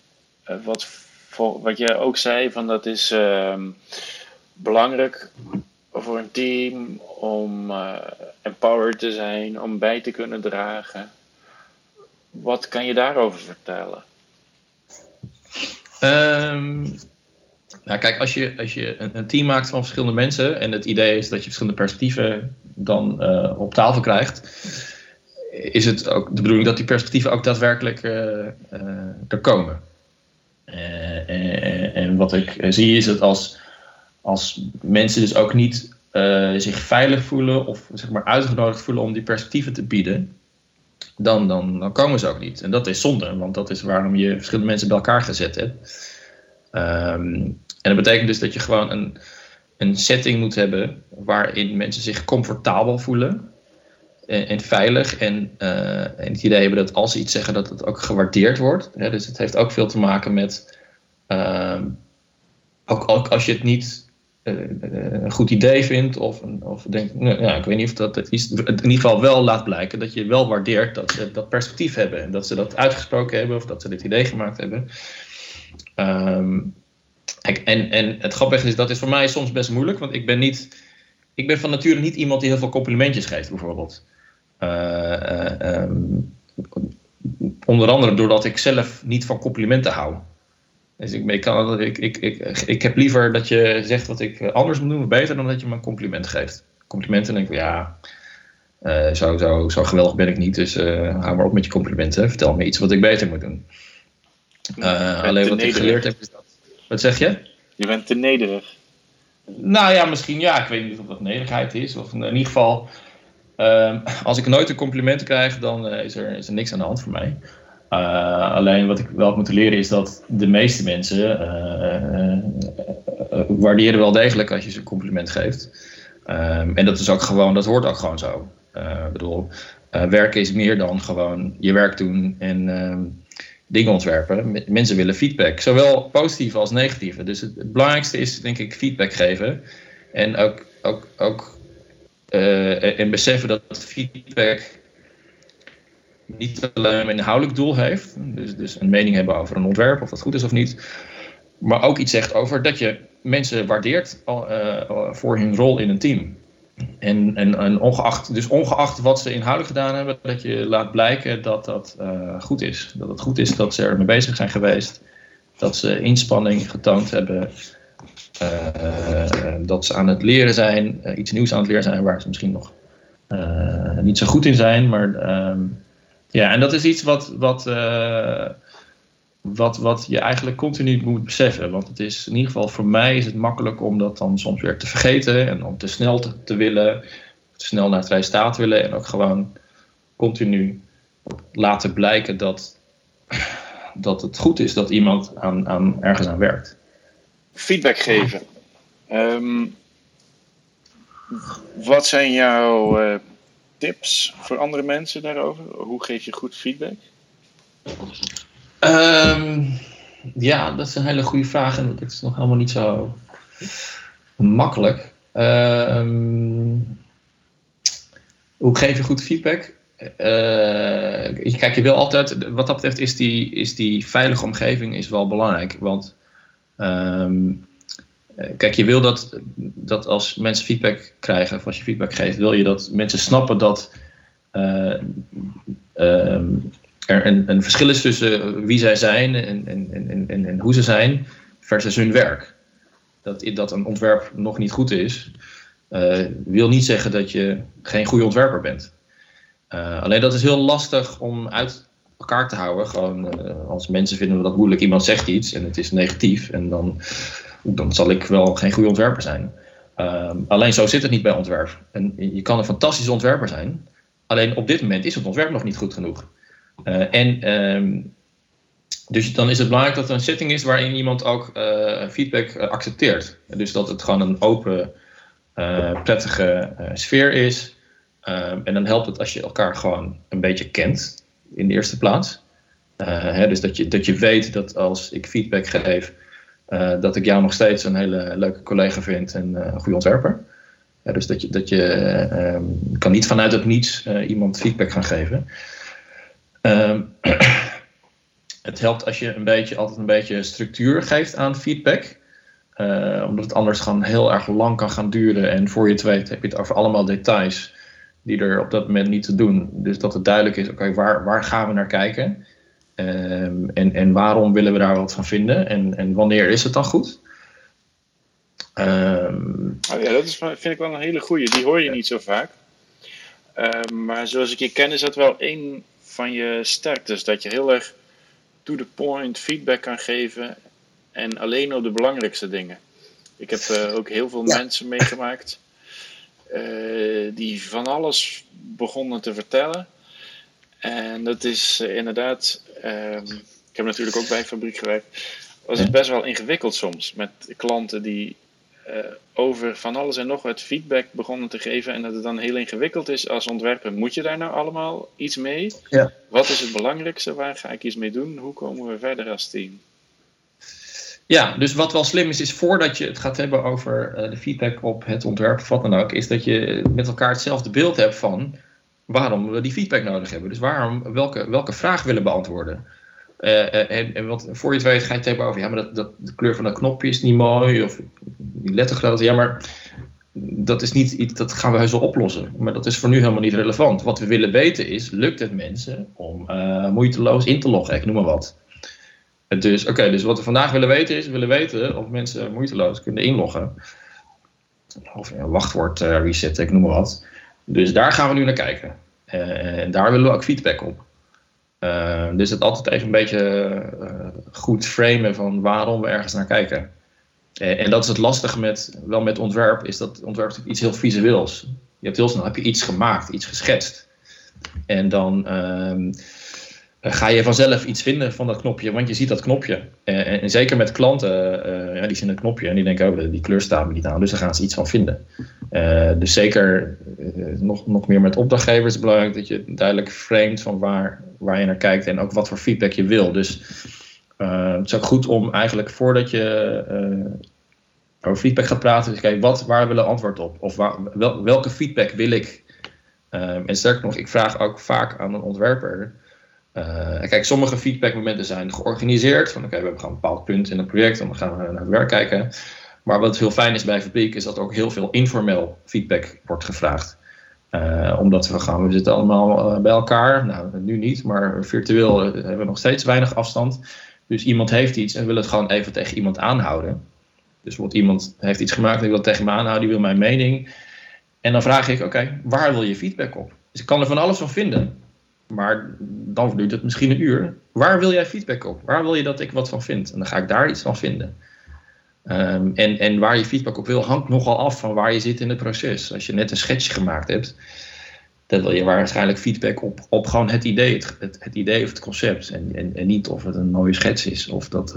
Wat jij ook zei, van dat is belangrijk voor een team om empowered te zijn, om bij te kunnen dragen. Wat kan je daarover vertellen? Nou kijk, als je een team maakt van verschillende mensen en het idee is dat je verschillende perspectieven dan op tafel krijgt, is het ook de bedoeling dat die perspectieven ook daadwerkelijk er komen. En wat ik zie is dat als mensen dus ook niet zich veilig voelen of zeg maar uitgenodigd voelen om die perspectieven te bieden, dan komen ze ook niet. En dat is zonde, want dat is waarom je verschillende mensen bij elkaar gezet hebt. En dat betekent dus dat je gewoon een setting moet hebben waarin mensen zich comfortabel voelen en veilig en het idee hebben dat als ze iets zeggen dat het ook gewaardeerd wordt. Hè? Dus het heeft ook veel te maken met ook als je het niet een goed idee vindt of denkt, ik weet niet of dat is, in ieder geval wel laat blijken dat je wel waardeert dat ze dat perspectief hebben en dat ze dat uitgesproken hebben of dat ze dit idee gemaakt hebben. En het grappige is, dat is voor mij soms best moeilijk, want ik ben van nature niet iemand die heel veel complimentjes geeft, bijvoorbeeld. Onder andere doordat ik zelf niet van complimenten hou. Dus ik heb liever dat je zegt wat ik anders moet doen, beter dan dat je me een compliment geeft. Complimenten, denk ik, zo geweldig ben ik niet, dus hou maar op met je complimenten. Vertel me iets wat ik beter moet doen. Alleen wat ik geleerd heb is dat. Wat zeg je? Je bent te nederig. Nou ja, misschien ik weet niet of dat nederigheid is. Of in ieder geval, als ik nooit een compliment krijg, dan is er niks aan de hand voor mij. Alleen wat ik wel heb moeten leren is dat de meeste mensen waarderen wel degelijk als je ze een compliment geeft. En dat is ook gewoon, dat hoort ook gewoon zo. Ik bedoel, werken is meer dan gewoon je werk doen en dingen ontwerpen. Mensen willen feedback, zowel positieve als negatieve. Dus het belangrijkste is, denk ik, feedback geven. En ook en beseffen dat feedback niet alleen een inhoudelijk doel heeft. Dus een mening hebben over een ontwerp, of dat goed is of niet. Maar ook iets zegt over dat je mensen waardeert voor hun rol in een team. En ongeacht wat ze inhoudelijk gedaan hebben, dat je laat blijken dat dat goed is. Dat het goed is dat ze ermee bezig zijn geweest. Dat ze inspanning getoond hebben. Dat ze aan het leren zijn. Iets nieuws aan het leren zijn waar ze misschien nog niet zo goed in zijn. Maar en dat is iets wat je eigenlijk continu moet beseffen. Want het is in ieder geval voor mij is het makkelijk om dat dan soms weer te vergeten. En om te snel te willen. Te snel naar het resultaat willen. En ook gewoon continu laten blijken dat het goed is dat iemand ergens aan werkt. Feedback geven. Wat zijn jouw tips voor andere mensen daarover? Hoe geef je goed feedback? Dat is een hele goede vraag en dat is nog helemaal niet zo makkelijk. Hoe geef je goed feedback? Kijk, je wil altijd, wat dat betreft is die veilige omgeving is wel belangrijk. Want kijk, je wil dat als mensen feedback krijgen, of als je feedback geeft, wil je dat mensen snappen dat er een verschil is tussen wie zij zijn en hoe ze zijn versus hun werk. Dat een ontwerp nog niet goed is, wil niet zeggen dat je geen goede ontwerper bent. Alleen dat is heel lastig om uit elkaar te houden. Gewoon als mensen vinden we dat moeilijk. Iemand zegt iets en het is negatief en dan zal ik wel geen goede ontwerper zijn. Alleen zo zit het niet bij ontwerp. En je kan een fantastische ontwerper zijn. Alleen op dit moment is het ontwerp nog niet goed genoeg. Dus dan is het belangrijk dat er een setting is waarin iemand ook feedback accepteert. Dus dat het gewoon een open, prettige sfeer is. En dan helpt het als je elkaar gewoon een beetje kent in de eerste plaats. Dus dat je weet dat als ik feedback geef, dat ik jou nog steeds een hele leuke collega vind en een goede ontwerper. Dus dat je kan niet vanuit het niets iemand feedback gaan geven. Het helpt als je altijd een beetje structuur geeft aan feedback. Omdat het anders gewoon heel erg lang kan gaan duren. En voor je het weet heb je het over allemaal details die er op dat moment niet te doen. Dus dat het duidelijk is, oké, waar gaan we naar kijken? En waarom willen we daar wat van vinden? En wanneer is het dan goed? Dat vind ik wel een hele goeie. Die hoor je niet zo vaak. Maar zoals ik je ken is dat wel een van je sterktes. Dat je heel erg to the point feedback kan geven. en alleen op de belangrijkste dingen. Ik heb ook heel veel mensen meegemaakt die van alles begonnen te vertellen. En dat is inderdaad, ik heb natuurlijk ook bij fabriek gewerkt, was het best wel ingewikkeld soms met klanten die over van alles en nog wat feedback begonnen te geven en dat het dan heel ingewikkeld is als ontwerper. Moet je daar nou allemaal iets mee? Ja. Wat is het belangrijkste? Waar ga ik iets mee doen? Hoe komen we verder als team? Ja, dus wat wel slim is voordat je het gaat hebben over de feedback op het ontwerp of wat dan ook, is dat je met elkaar hetzelfde beeld hebt van waarom we die feedback nodig hebben. Dus welke vraag willen beantwoorden. En wat, voor je het weet ga je het hebben over, ja, maar de kleur van dat knopje is niet mooi, of die lettergrootte, ja, maar dat is niet iets, dat gaan we heus wel oplossen. Maar dat is voor nu helemaal niet relevant. Wat we willen weten is, lukt het mensen om moeiteloos in te loggen, ik noem maar wat. Dus wat we vandaag willen weten is, we willen weten of mensen moeiteloos kunnen inloggen. Of een wachtwoord resetten, ik noem maar wat. Dus daar gaan we nu naar kijken. En daar willen we ook feedback op. Dus het altijd even een beetje goed framen van waarom we ergens naar kijken. En dat is het lastige met ontwerp, is dat ontwerp iets heel visueels. Je hebt heel snel iets gemaakt, iets geschetst. En dan ga je vanzelf iets vinden van dat knopje, want je ziet dat knopje. En zeker met klanten, die zien het knopje en die denken, oh, die kleur staat me niet aan, dus daar gaan ze iets van vinden. Dus zeker nog meer met opdrachtgevers is het belangrijk dat je duidelijk framet van waar je naar kijkt en ook wat voor feedback je wil. Dus het is ook goed om eigenlijk voordat je over feedback gaat praten, dus kijk, waar willen we antwoord op? Of welke feedback wil ik? En sterker nog, ik vraag ook vaak aan een ontwerper. Kijk, sommige feedbackmomenten zijn georganiseerd. Van we hebben gewoon een bepaald punt in het project en dan gaan we naar het werk kijken. Maar wat heel fijn is bij fabriek is dat er ook heel veel informeel feedback wordt gevraagd. Omdat we zitten allemaal bij elkaar. Nou, nu niet, maar virtueel hebben we nog steeds weinig afstand. Dus iemand heeft iets en wil het gewoon even tegen iemand aanhouden. Dus iemand heeft iets gemaakt en die wil het tegen me aanhouden, die wil mijn mening. En dan vraag ik, oké, waar wil je feedback op? Dus ik kan er van alles van vinden. Maar dan duurt het misschien een uur. Waar wil jij feedback op? Waar wil je dat ik wat van vind? En dan ga ik daar iets van vinden. En waar je feedback op wil, hangt nogal af van waar je zit in het proces. Als je net een schetsje gemaakt hebt, dan wil je waarschijnlijk feedback op gewoon het idee. Het idee of het concept. En niet of het een mooie schets is. Of dat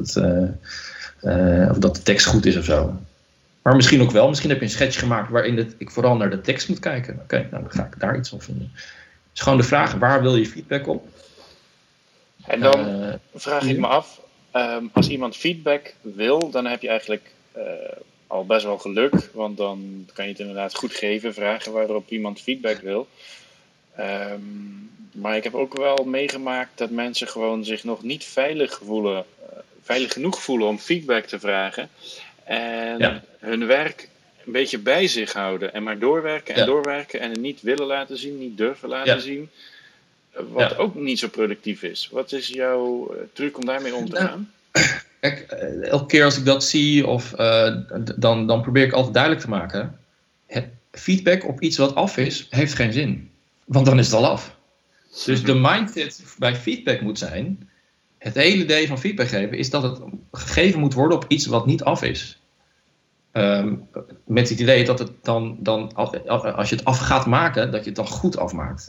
de tekst goed is of zo. Maar misschien ook wel. Misschien heb je een schets gemaakt waarin ik vooral naar de tekst moet kijken. Oké, nou dan ga ik daar iets van vinden. Het is gewoon de vraag, waar wil je feedback op? En dan vraag ik me af, als iemand feedback wil, dan heb je eigenlijk al best wel geluk. Want dan kan je het inderdaad goed geven, vragen waarop iemand feedback wil. Maar ik heb ook wel meegemaakt dat mensen gewoon zich nog niet veilig genoeg voelen om feedback te vragen. En hun werk een beetje bij zich houden en maar doorwerken en doorwerken en het niet willen laten zien, niet durven laten zien. Wat ook niet zo productief is. Wat is jouw truc om daarmee om te gaan? Kijk, elke keer als ik dat zie, dan probeer ik altijd duidelijk te maken. Feedback op iets wat af is, heeft geen zin. Want dan is het al af. Dus de mindset bij feedback moet zijn, het hele idee van feedback geven, is dat het gegeven moet worden op iets wat niet af is. Met het idee dat het dan als je het af gaat maken, dat je het dan goed afmaakt.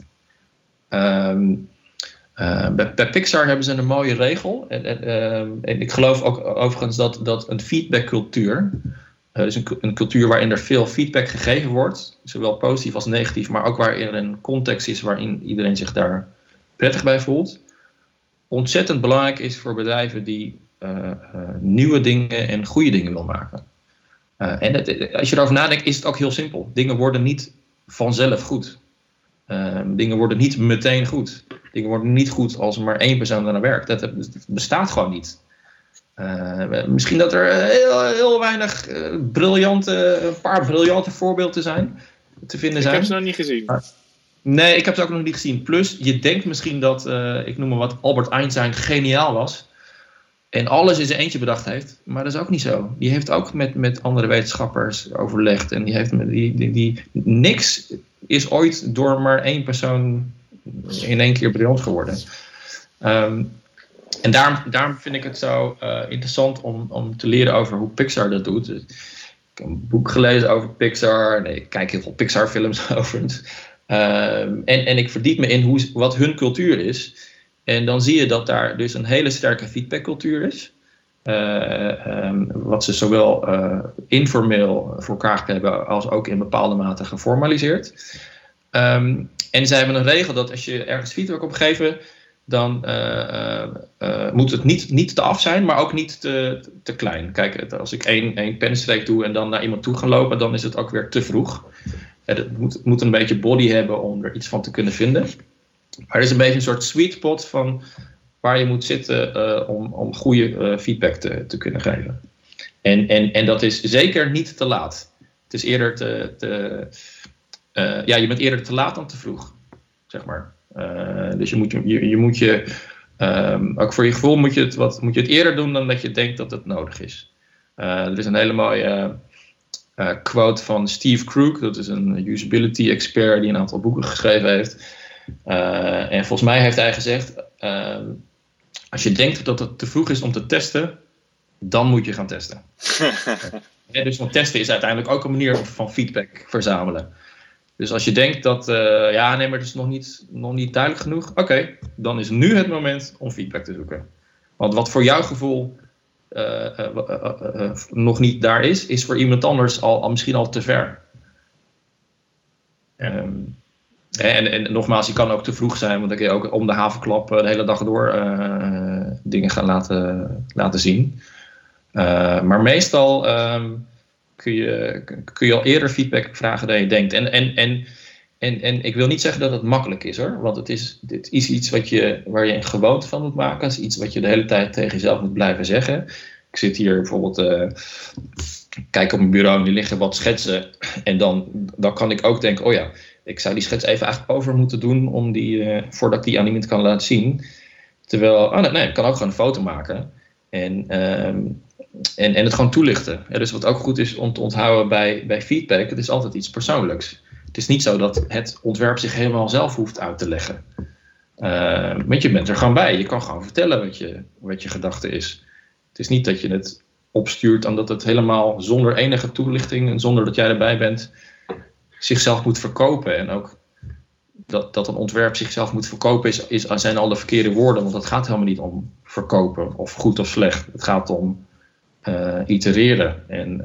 Bij Pixar hebben ze een mooie regel. En ik geloof ook overigens dat een feedbackcultuur, dus een cultuur waarin er veel feedback gegeven wordt, zowel positief als negatief, maar ook waarin er een context is waarin iedereen zich daar prettig bij voelt, ontzettend belangrijk is voor bedrijven die nieuwe dingen en goede dingen wil maken. En als je erover nadenkt, is het ook heel simpel. Dingen worden niet vanzelf goed. Dingen worden niet meteen goed. Dingen worden niet goed als er maar één persoon aan werkt. Dat bestaat gewoon niet. Misschien dat er heel weinig een paar briljante voorbeelden te vinden zijn. Ik heb ze nog niet gezien. Nee, ik heb ze ook nog niet gezien. Plus, je denkt misschien dat, ik noem maar wat, Albert Einstein geniaal was. En alles in zijn eentje bedacht heeft. Maar dat is ook niet zo. Die heeft ook met andere wetenschappers overlegd. En die heeft niks is ooit door maar één persoon in één keer briljant geworden. En En daarom vind ik het zo interessant om te leren over hoe Pixar dat doet. Dus, ik heb een boek gelezen over Pixar. Nee, ik kijk heel veel Pixar-films overigens. En ik verdiep me in wat hun cultuur is. En dan zie je dat daar dus een hele sterke feedbackcultuur is. Wat ze zowel informeel voor elkaar hebben als ook in bepaalde mate geformaliseerd. En zij hebben een regel dat als je ergens feedback op geeft, dan moet het niet te af zijn, maar ook niet te klein. Kijk, als ik één pennenstreek doe en dan naar iemand toe ga lopen, dan is het ook weer te vroeg. Het moet een beetje body hebben om er iets van te kunnen vinden. Maar er is een beetje een soort sweet spot van waar je moet zitten om goede feedback te kunnen geven. En dat is zeker niet te laat. Het is eerder je bent eerder te laat dan te vroeg, zeg maar. Dus je moet ook voor je gevoel moet je het eerder doen dan dat je denkt dat het nodig is. Er is een hele mooie quote van Steve Krug, dat is een usability expert die een aantal boeken geschreven heeft. En volgens mij heeft hij gezegd, als je denkt dat het te vroeg is om te testen, dan moet je gaan testen. Dus want testen is uiteindelijk ook een manier van feedback verzamelen. Dus als je denkt dat, maar het is nog niet duidelijk genoeg, oké, dan is nu het moment om feedback te zoeken. Want wat voor jouw gevoel nog niet daar is voor iemand anders misschien al te ver. En nogmaals, je kan ook te vroeg zijn, want dan kun je ook om de haverklap de hele dag door dingen gaan laten zien. Maar meestal kun je al eerder feedback vragen dan je denkt. En ik wil niet zeggen dat het makkelijk is hoor, want dit is iets waar je een gewoonte van moet maken. Het is iets wat je de hele tijd tegen jezelf moet blijven zeggen. Ik zit hier bijvoorbeeld, kijk op mijn bureau en er liggen wat schetsen. En dan kan ik ook denken, oh ja, ik zou die schets even eigenlijk over moeten doen voordat ik die aan iemand kan laten zien. Terwijl, ik kan ook gewoon een foto maken en het gewoon toelichten. Ja, dus wat ook goed is om te onthouden bij feedback, het is altijd iets persoonlijks. Het is niet zo dat het ontwerp zich helemaal zelf hoeft uit te leggen. Want je bent er gewoon bij. Je kan gewoon vertellen wat je gedachte is. Het is niet dat je het opstuurt en dat het helemaal zonder enige toelichting en zonder dat jij erbij bent zichzelf moet verkopen. En ook dat een ontwerp zichzelf moet verkopen zijn al de verkeerde woorden. Want het gaat helemaal niet om verkopen of goed of slecht. Het gaat om itereren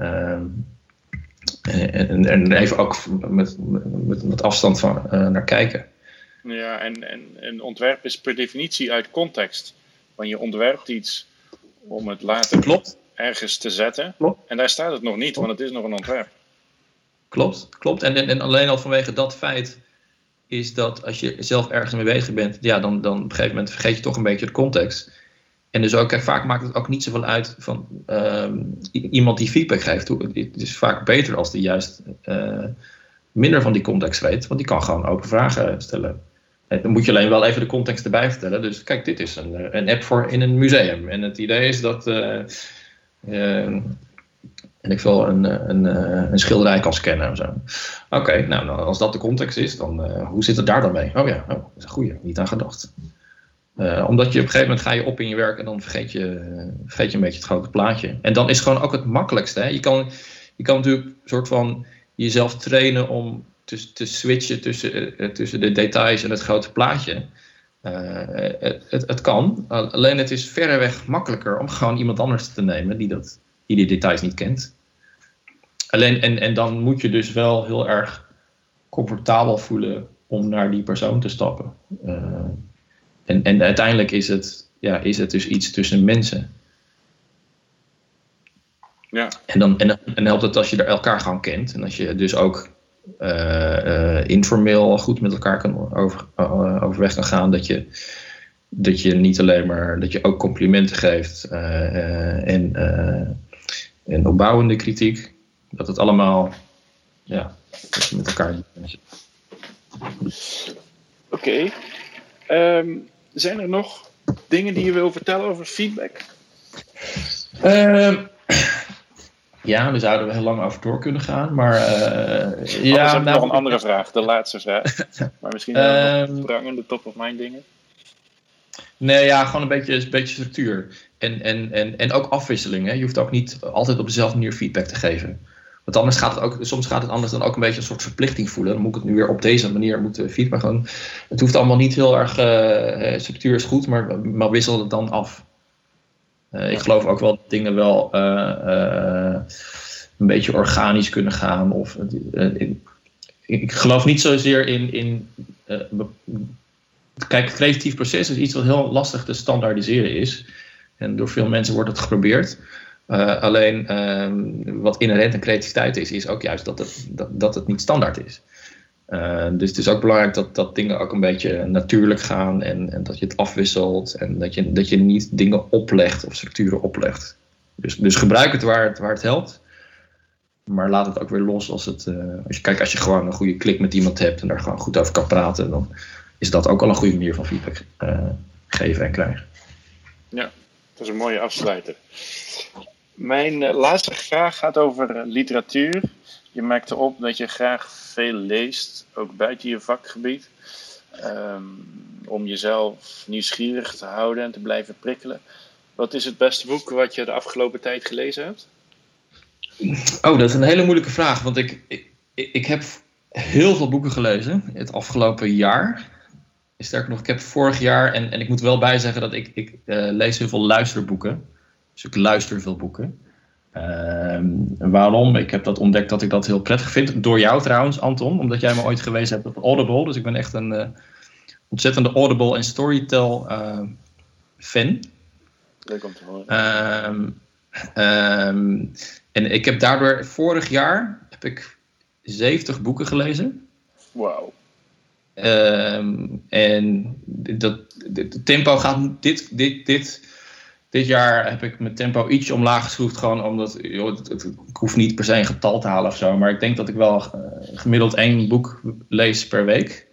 en even ook met afstand van naar kijken. Ja, en ontwerp is per definitie uit context. Want je ontwerpt iets om het later ergens te zetten. Klopt. En daar staat het nog niet, want het is nog een ontwerp. Klopt. En alleen al vanwege dat feit is dat als je zelf ergens mee bezig bent, ja, dan op een gegeven moment vergeet je toch een beetje de context. En dus ook, kijk, vaak maakt het ook niet zoveel uit van iemand die feedback geeft. Het is vaak beter als die juist minder van die context weet, want die kan gewoon open vragen stellen. Dan moet je alleen wel even de context erbij vertellen. Dus kijk, dit is een app voor in een museum. En het idee is dat en ik wil een schilderij kan scannen of zo. Oké, nou, als dat de context is, dan hoe zit het daar dan mee? Oh ja, dat is een goeie, niet aan gedacht. Omdat je op een gegeven moment ga je op in je werk en dan vergeet je een beetje het grote plaatje. En dan is het gewoon ook het makkelijkste. Hè? Je kan natuurlijk een soort van jezelf trainen om te switchen tussen de details en het grote plaatje. Het kan, alleen het is verreweg makkelijker om gewoon iemand anders te nemen die details niet kent. Alleen, en dan moet je dus wel heel erg comfortabel voelen om naar die persoon te stappen. En uiteindelijk is het dus iets tussen mensen. Ja. En dan helpt het als je elkaar gewoon kent. En als je dus ook informeel goed met elkaar kan overweg kan gaan. Dat je niet alleen maar, dat je ook complimenten geeft en opbouwende kritiek. Dat het allemaal met elkaar. Oké. Zijn er nog dingen die je wil vertellen over feedback? Ja, daar zouden we heel lang over door kunnen gaan. Maar heb ik nog een andere vraag, de laatste vraag. Maar misschien nog sprang in de top of mind dingen. Nee, ja, gewoon een beetje structuur. En ook afwisseling. Hè? Je hoeft ook niet altijd op dezelfde manier feedback te geven. Want anders soms gaat het anders dan ook een beetje een soort verplichting voelen. Dan moet ik het nu weer op deze manier moeten feedback gaan. Het hoeft allemaal niet heel erg, structuur is goed, maar wissel het dan af. Ik geloof ook wel dat dingen wel een beetje organisch kunnen gaan. Of, ik geloof niet zozeer in kijk, het creatief proces is iets wat heel lastig te standaardiseren is. En door veel mensen wordt het geprobeerd. Alleen wat inherent aan creativiteit is ook juist dat het niet standaard is. Dus het is ook belangrijk dat dingen ook een beetje natuurlijk gaan en dat je het afwisselt en dat je niet dingen oplegt of structuren oplegt. Dus gebruik het waar het helpt. Maar laat het ook weer los als je gewoon een goede klik met iemand hebt en daar gewoon goed over kan praten, dan is dat ook al een goede manier van feedback geven en krijgen. Ja, dat is een mooie afsluiter. Mijn laatste vraag gaat over literatuur. Je merkte op dat je graag veel leest, ook buiten je vakgebied. Om jezelf nieuwsgierig te houden en te blijven prikkelen. Wat is het beste boek wat je de afgelopen tijd gelezen hebt? Oh, dat is een hele moeilijke vraag. Want ik heb heel veel boeken gelezen het afgelopen jaar. Sterker nog, ik heb vorig jaar, en ik moet wel bijzeggen dat ik lees heel veel luisterboeken. Dus ik luister veel boeken. Waarom? Ik heb dat ontdekt dat ik dat heel prettig vind. Door jou trouwens, Anton. Omdat jij me ooit gewezen hebt op Audible. Dus ik ben echt een ontzettende Audible en Storytel fan. Leuk om te horen. En ik heb daardoor vorig jaar 70 boeken gelezen. Wauw. En de tempo gaat dit jaar heb ik mijn tempo ietsje omlaag geschroefd, gewoon omdat ik hoef niet per se een getal te halen of zo, maar ik denk dat ik wel gemiddeld 1 boek lees per week.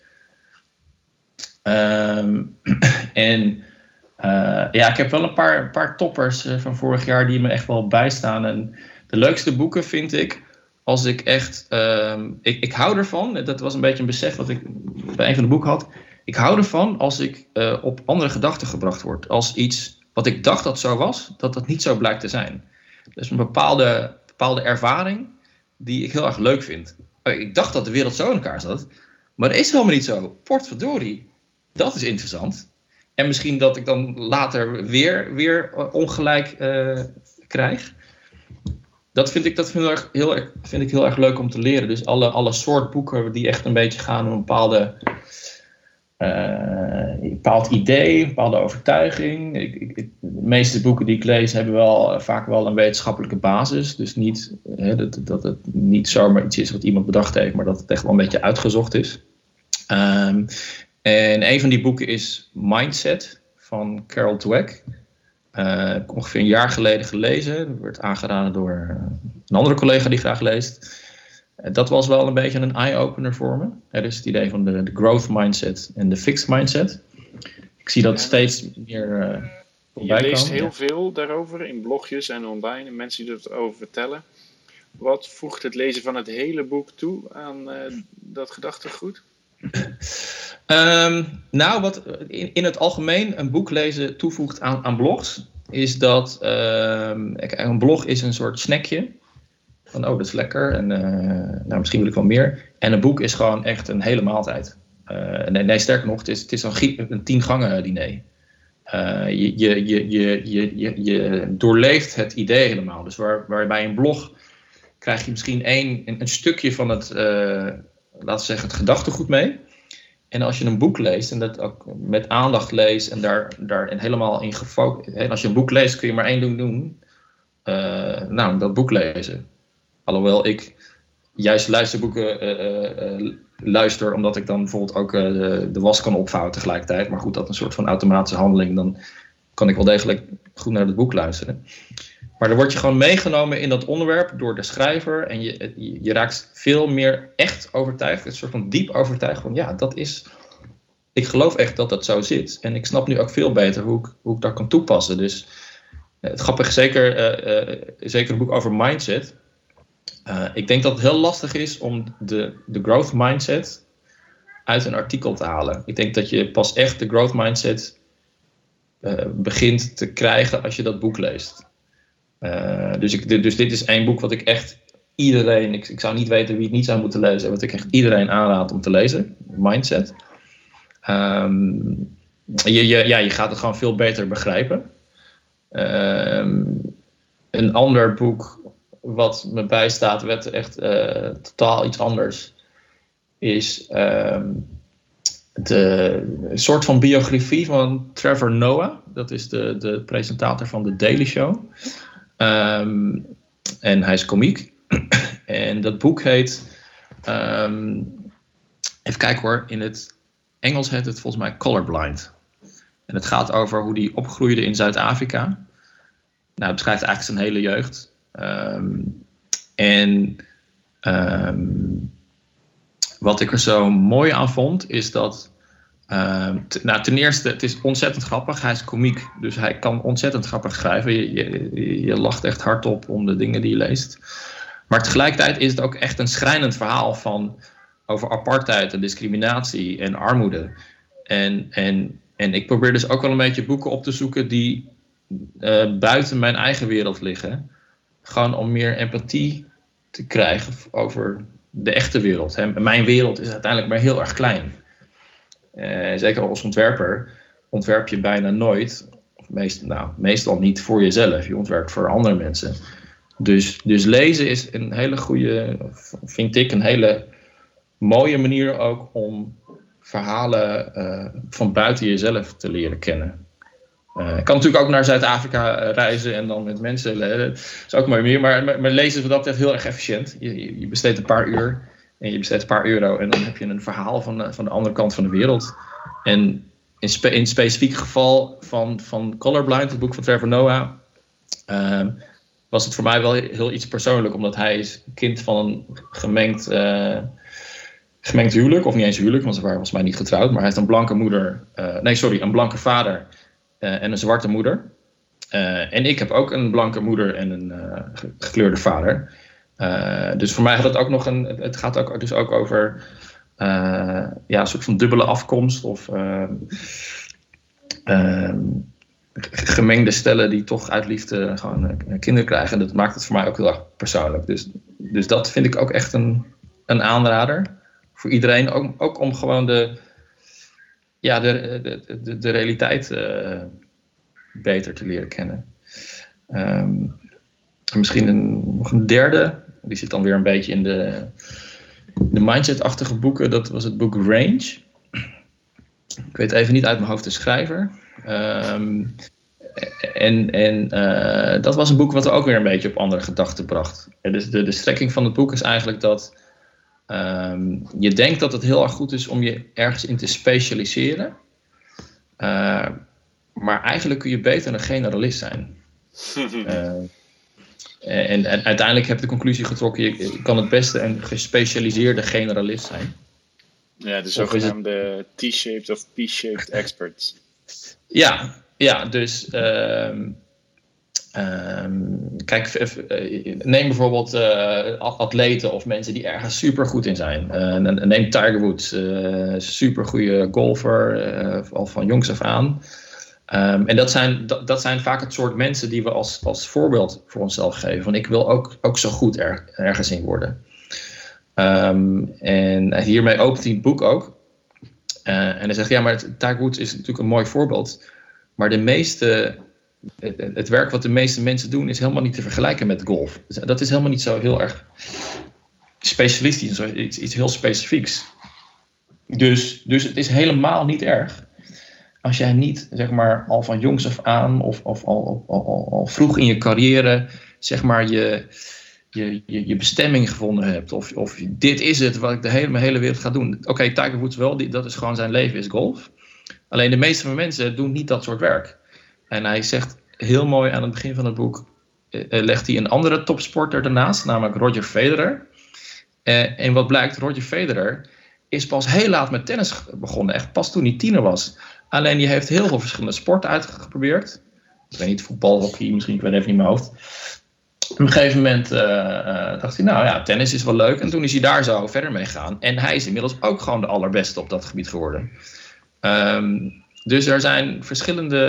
Ik heb wel een paar toppers van vorig jaar die me echt wel bijstaan. En de leukste boeken vind ik als ik echt... Ik hou ervan, dat was een beetje een besef wat ik bij een van de boeken had. Ik hou ervan als ik op andere gedachten gebracht word. Als iets wat ik dacht dat zo was, dat niet zo blijkt te zijn. Dus een bepaalde ervaring die ik heel erg leuk vind. Ik dacht dat de wereld zo in elkaar zat, maar dat is helemaal niet zo. Potverdorie, dat is interessant. En misschien dat ik dan later weer ongelijk krijg. Dat vind ik heel erg leuk om te leren. Dus alle soort boeken die echt een beetje gaan om een bepaald idee, een bepaalde overtuiging. De meeste boeken die ik lees hebben vaak wel een wetenschappelijke basis. Dus niet dat het niet zomaar iets is wat iemand bedacht heeft, maar dat het echt wel een beetje uitgezocht is. En een van die boeken is Mindset van Carol Dweck. Heb ik ongeveer een jaar geleden gelezen. Dat werd aangeraden door een andere collega die graag leest. Dat was wel een beetje een eye-opener voor me. Dus het idee van de growth mindset en de fixed mindset. Ik zie dat steeds meer voorbij komen. Je leest heel veel daarover in blogjes en online. En mensen die erover vertellen. Wat voegt het lezen van het hele boek toe aan dat gedachtegoed? Wat in het algemeen een boek lezen toevoegt aan blogs, is dat een blog is een soort snackje. Van dat is lekker en misschien wil ik wel meer. En een boek is gewoon echt een hele maaltijd. Nee, sterker nog, het is een 10 gangen diner. Je doorleeft het idee helemaal. Dus waarbij een blog krijg je misschien een stukje van het, laten we zeggen, het gedachtegoed mee. En als je een boek leest en dat ook met aandacht leest en daar helemaal in gefocust. En als je een boek leest kun je maar 1 ding doen. Dat boek lezen. Alhoewel ik juist luisterboeken luister omdat ik dan bijvoorbeeld ook de was kan opvouwen tegelijkertijd. Maar goed, dat is een soort van automatische handeling. Dan kan ik wel degelijk goed naar het boek luisteren. Maar dan word je gewoon meegenomen in dat onderwerp door de schrijver. En je raakt veel meer echt overtuigd. Een soort van diep overtuigd van ja, dat is... Ik geloof echt dat dat zo zit. En ik snap nu ook veel beter hoe ik dat kan toepassen. Dus het grappige, zeker een boek over mindset. Ik denk dat het heel lastig is om de growth mindset uit een artikel te halen. Ik denk dat je pas echt de growth mindset begint te krijgen als je dat boek leest. Dus dit is één boek wat ik echt iedereen... Ik zou niet weten wie het niet zou moeten lezen. Wat ik echt iedereen aanraad om te lezen. Mindset. Je gaat het gewoon veel beter begrijpen. Een ander boek wat me bijstaat, werd echt totaal iets anders. Is de soort van biografie van Trevor Noah. Dat is de presentator van The Daily Show. En hij is komiek. En dat boek heet... even kijken hoor. In het Engels heet het volgens mij Colorblind. En het gaat over hoe hij opgroeide in Zuid-Afrika. Nou, het beschrijft eigenlijk zijn hele jeugd. Wat ik er zo mooi aan vond, is dat... ten eerste, het is ontzettend grappig. Hij is komiek, dus hij kan ontzettend grappig schrijven. Je lacht echt hardop om de dingen die je leest. Maar tegelijkertijd is het ook echt een schrijnend verhaal over apartheid en discriminatie en armoede. En ik probeer dus ook wel een beetje boeken op te zoeken die buiten mijn eigen wereld liggen. Gewoon om meer empathie te krijgen over de echte wereld. Hè. Mijn wereld is uiteindelijk maar heel erg klein. Zeker als ontwerper ontwerp je bijna nooit, of meestal niet voor jezelf. Je ontwerpt voor andere mensen. Dus lezen is een hele goede, vind ik, een hele mooie manier ook om verhalen van buiten jezelf te leren kennen. Ik kan natuurlijk ook naar Zuid-Afrika reizen en dan met mensen lezen. Dat is ook mooi meer, maar lezen is wat dat betreft heel erg efficiënt. Je besteedt een paar uur en je besteedt een paar euro en dan heb je een verhaal van de andere kant van de wereld. En in het specifieke geval van Colorblind, het boek van Trevor Noah, was het voor mij wel heel iets persoonlijk, omdat hij is kind van een gemengd huwelijk, of niet eens huwelijk, want ze waren volgens mij niet getrouwd, maar hij heeft een blanke moeder, een blanke vader en een zwarte moeder. En ik heb ook een blanke moeder en een gekleurde vader. Dus voor mij had het ook nog het gaat ook dus ook over een soort van dubbele afkomst of gemengde stellen die toch uit liefde gewoon kinderen krijgen. En dat maakt het voor mij ook heel erg persoonlijk. Dus dat vind ik ook echt een aanrader voor iedereen. Ook om gewoon de realiteit beter te leren kennen. Misschien nog een derde. Die zit dan weer een beetje in de mindset-achtige boeken. Dat was het boek Range. Ik weet even niet uit mijn hoofd de schrijver. Dat was een boek wat ook weer een beetje op andere gedachten bracht. Dus de strekking van het boek is eigenlijk dat je denkt dat het heel erg goed is om je ergens in te specialiseren. Maar eigenlijk kun je beter een generalist zijn. En uiteindelijk heb ik de conclusie getrokken, je kan het beste een gespecialiseerde generalist zijn. Ja, de zogenaamde T-shaped of P-shaped experts. Ja, dus kijk, neem bijvoorbeeld atleten of mensen die ergens super goed in zijn. Neem Tiger Woods, super goede golfer, al van jongs af aan. En dat zijn vaak het soort mensen die we als voorbeeld voor onszelf geven. Van ik wil ook zo goed ergens in worden. En hiermee opent hij het boek ook. En hij zegt, ja, maar Tiger Woods is natuurlijk een mooi voorbeeld. Maar het werk wat de meeste mensen doen is helemaal niet te vergelijken met golf. Dat is helemaal niet zo heel erg specialistisch, iets heel specifieks. Dus het is helemaal niet erg als jij niet, zeg maar, al van jongs af aan of al vroeg in je carrière, zeg maar, je bestemming gevonden hebt. Of dit is het wat ik mijn hele wereld ga doen. Oké, Tiger Woods wel, dat is gewoon zijn leven, is golf. Alleen de meeste van mensen doen niet dat soort werk. En hij zegt heel mooi aan het begin van het boek, legt hij een andere topsporter ernaast, namelijk Roger Federer. En wat blijkt, Roger Federer is pas heel laat met tennis begonnen. Echt pas toen hij tiener was. Alleen die heeft heel veel verschillende sporten uitgeprobeerd. Ik weet niet, voetbal, hockey, misschien, ik weet even niet mijn hoofd. Op een gegeven moment dacht hij, nou ja, tennis is wel leuk. En toen is hij daar zo verder mee gegaan. En hij is inmiddels ook gewoon de allerbeste op dat gebied geworden. Dus er zijn verschillende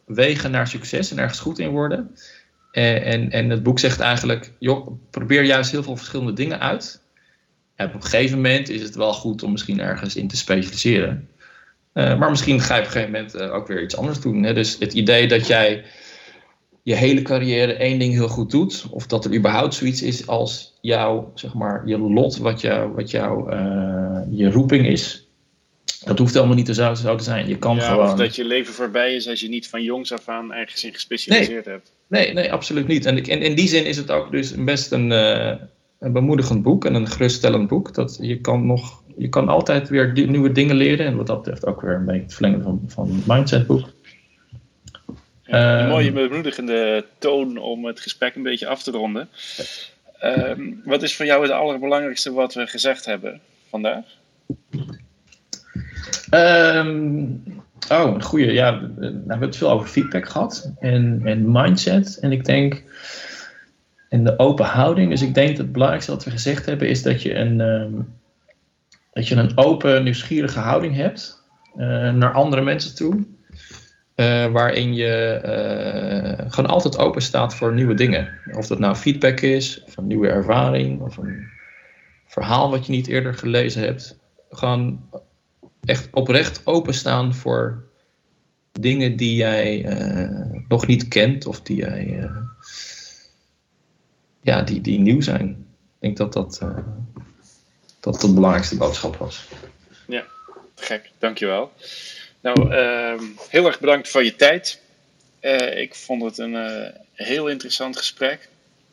wegen naar succes en ergens goed in worden. En het boek zegt eigenlijk, joh, probeer juist heel veel verschillende dingen uit. En op een gegeven moment is het wel goed om misschien ergens in te specialiseren. Maar misschien ga je op een gegeven moment ook weer iets anders doen. Hè? Dus het idee dat jij je hele carrière één ding heel goed doet, of dat er überhaupt zoiets is als jouw, zeg maar, je lot, wat jouw je roeping is. Dat hoeft helemaal niet zo te zijn. Je kan gewoon... Of dat je leven voorbij is als je niet van jongs af aan ergens in gespecialiseerd hebt. Nee, absoluut niet. En in die zin is het ook dus best een bemoedigend boek en een geruststellend boek. Dat je kan altijd weer nieuwe dingen leren. En wat dat betreft ook weer een beetje het verlengen van het mindsetboek. Een mooie bemoedigende toon om het gesprek een beetje af te ronden. Wat is voor jou het allerbelangrijkste wat we gezegd hebben vandaag? Een goeie. Ja, we hebben het veel over feedback gehad en mindset. En ik denk, en de open houding. Dus ik denk dat het belangrijkste wat we gezegd hebben is dat je een open, nieuwsgierige houding hebt naar andere mensen toe. Waarin je gewoon altijd open staat voor nieuwe dingen. Of dat nou feedback is, of een nieuwe ervaring, of een verhaal wat je niet eerder gelezen hebt. Gewoon echt oprecht openstaan voor dingen die jij nog niet kent, of die jij die nieuw zijn. Ik denk dat de belangrijkste boodschap was. Ja, gek, dankjewel. Nou, heel erg bedankt voor je tijd. Ik vond het een heel interessant gesprek.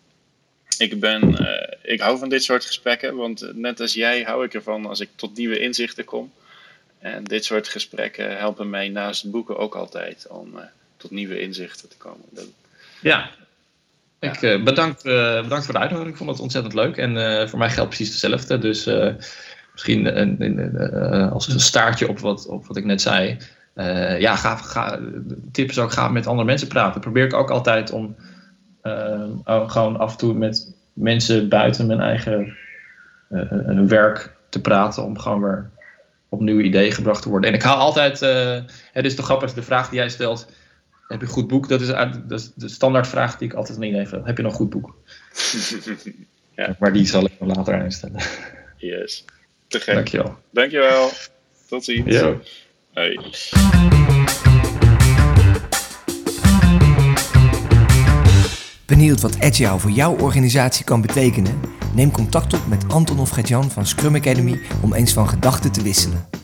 Ik hou van dit soort gesprekken, want net als jij hou ik ervan als ik tot nieuwe inzichten kom. En dit soort gesprekken helpen mij naast boeken ook altijd om tot nieuwe inzichten te komen. Bedankt voor de uitnodiging. Ik vond het ontzettend leuk. En voor mij geldt precies hetzelfde. Dus misschien als een staartje op wat ik net zei. Tip is ook, ga met andere mensen praten. Probeer ik ook altijd om gewoon af en toe met mensen buiten mijn eigen werk te praten. Om gewoon weer op nieuwe ideeën gebracht te worden. En ik haal altijd, het is toch grappig, de vraag die jij stelt, heb je een goed boek? Dat is de standaardvraag die ik altijd aan iedereen stel. Heb je nog een goed boek? Ja. Maar die zal ik nog later instellen. Yes, te gek. Dankjewel. Tot ziens. Yo. Hoi. Benieuwd wat Agile voor jouw organisatie kan betekenen? Neem contact op met Anton of Gert-Jan van Scrum Academy om eens van gedachten te wisselen.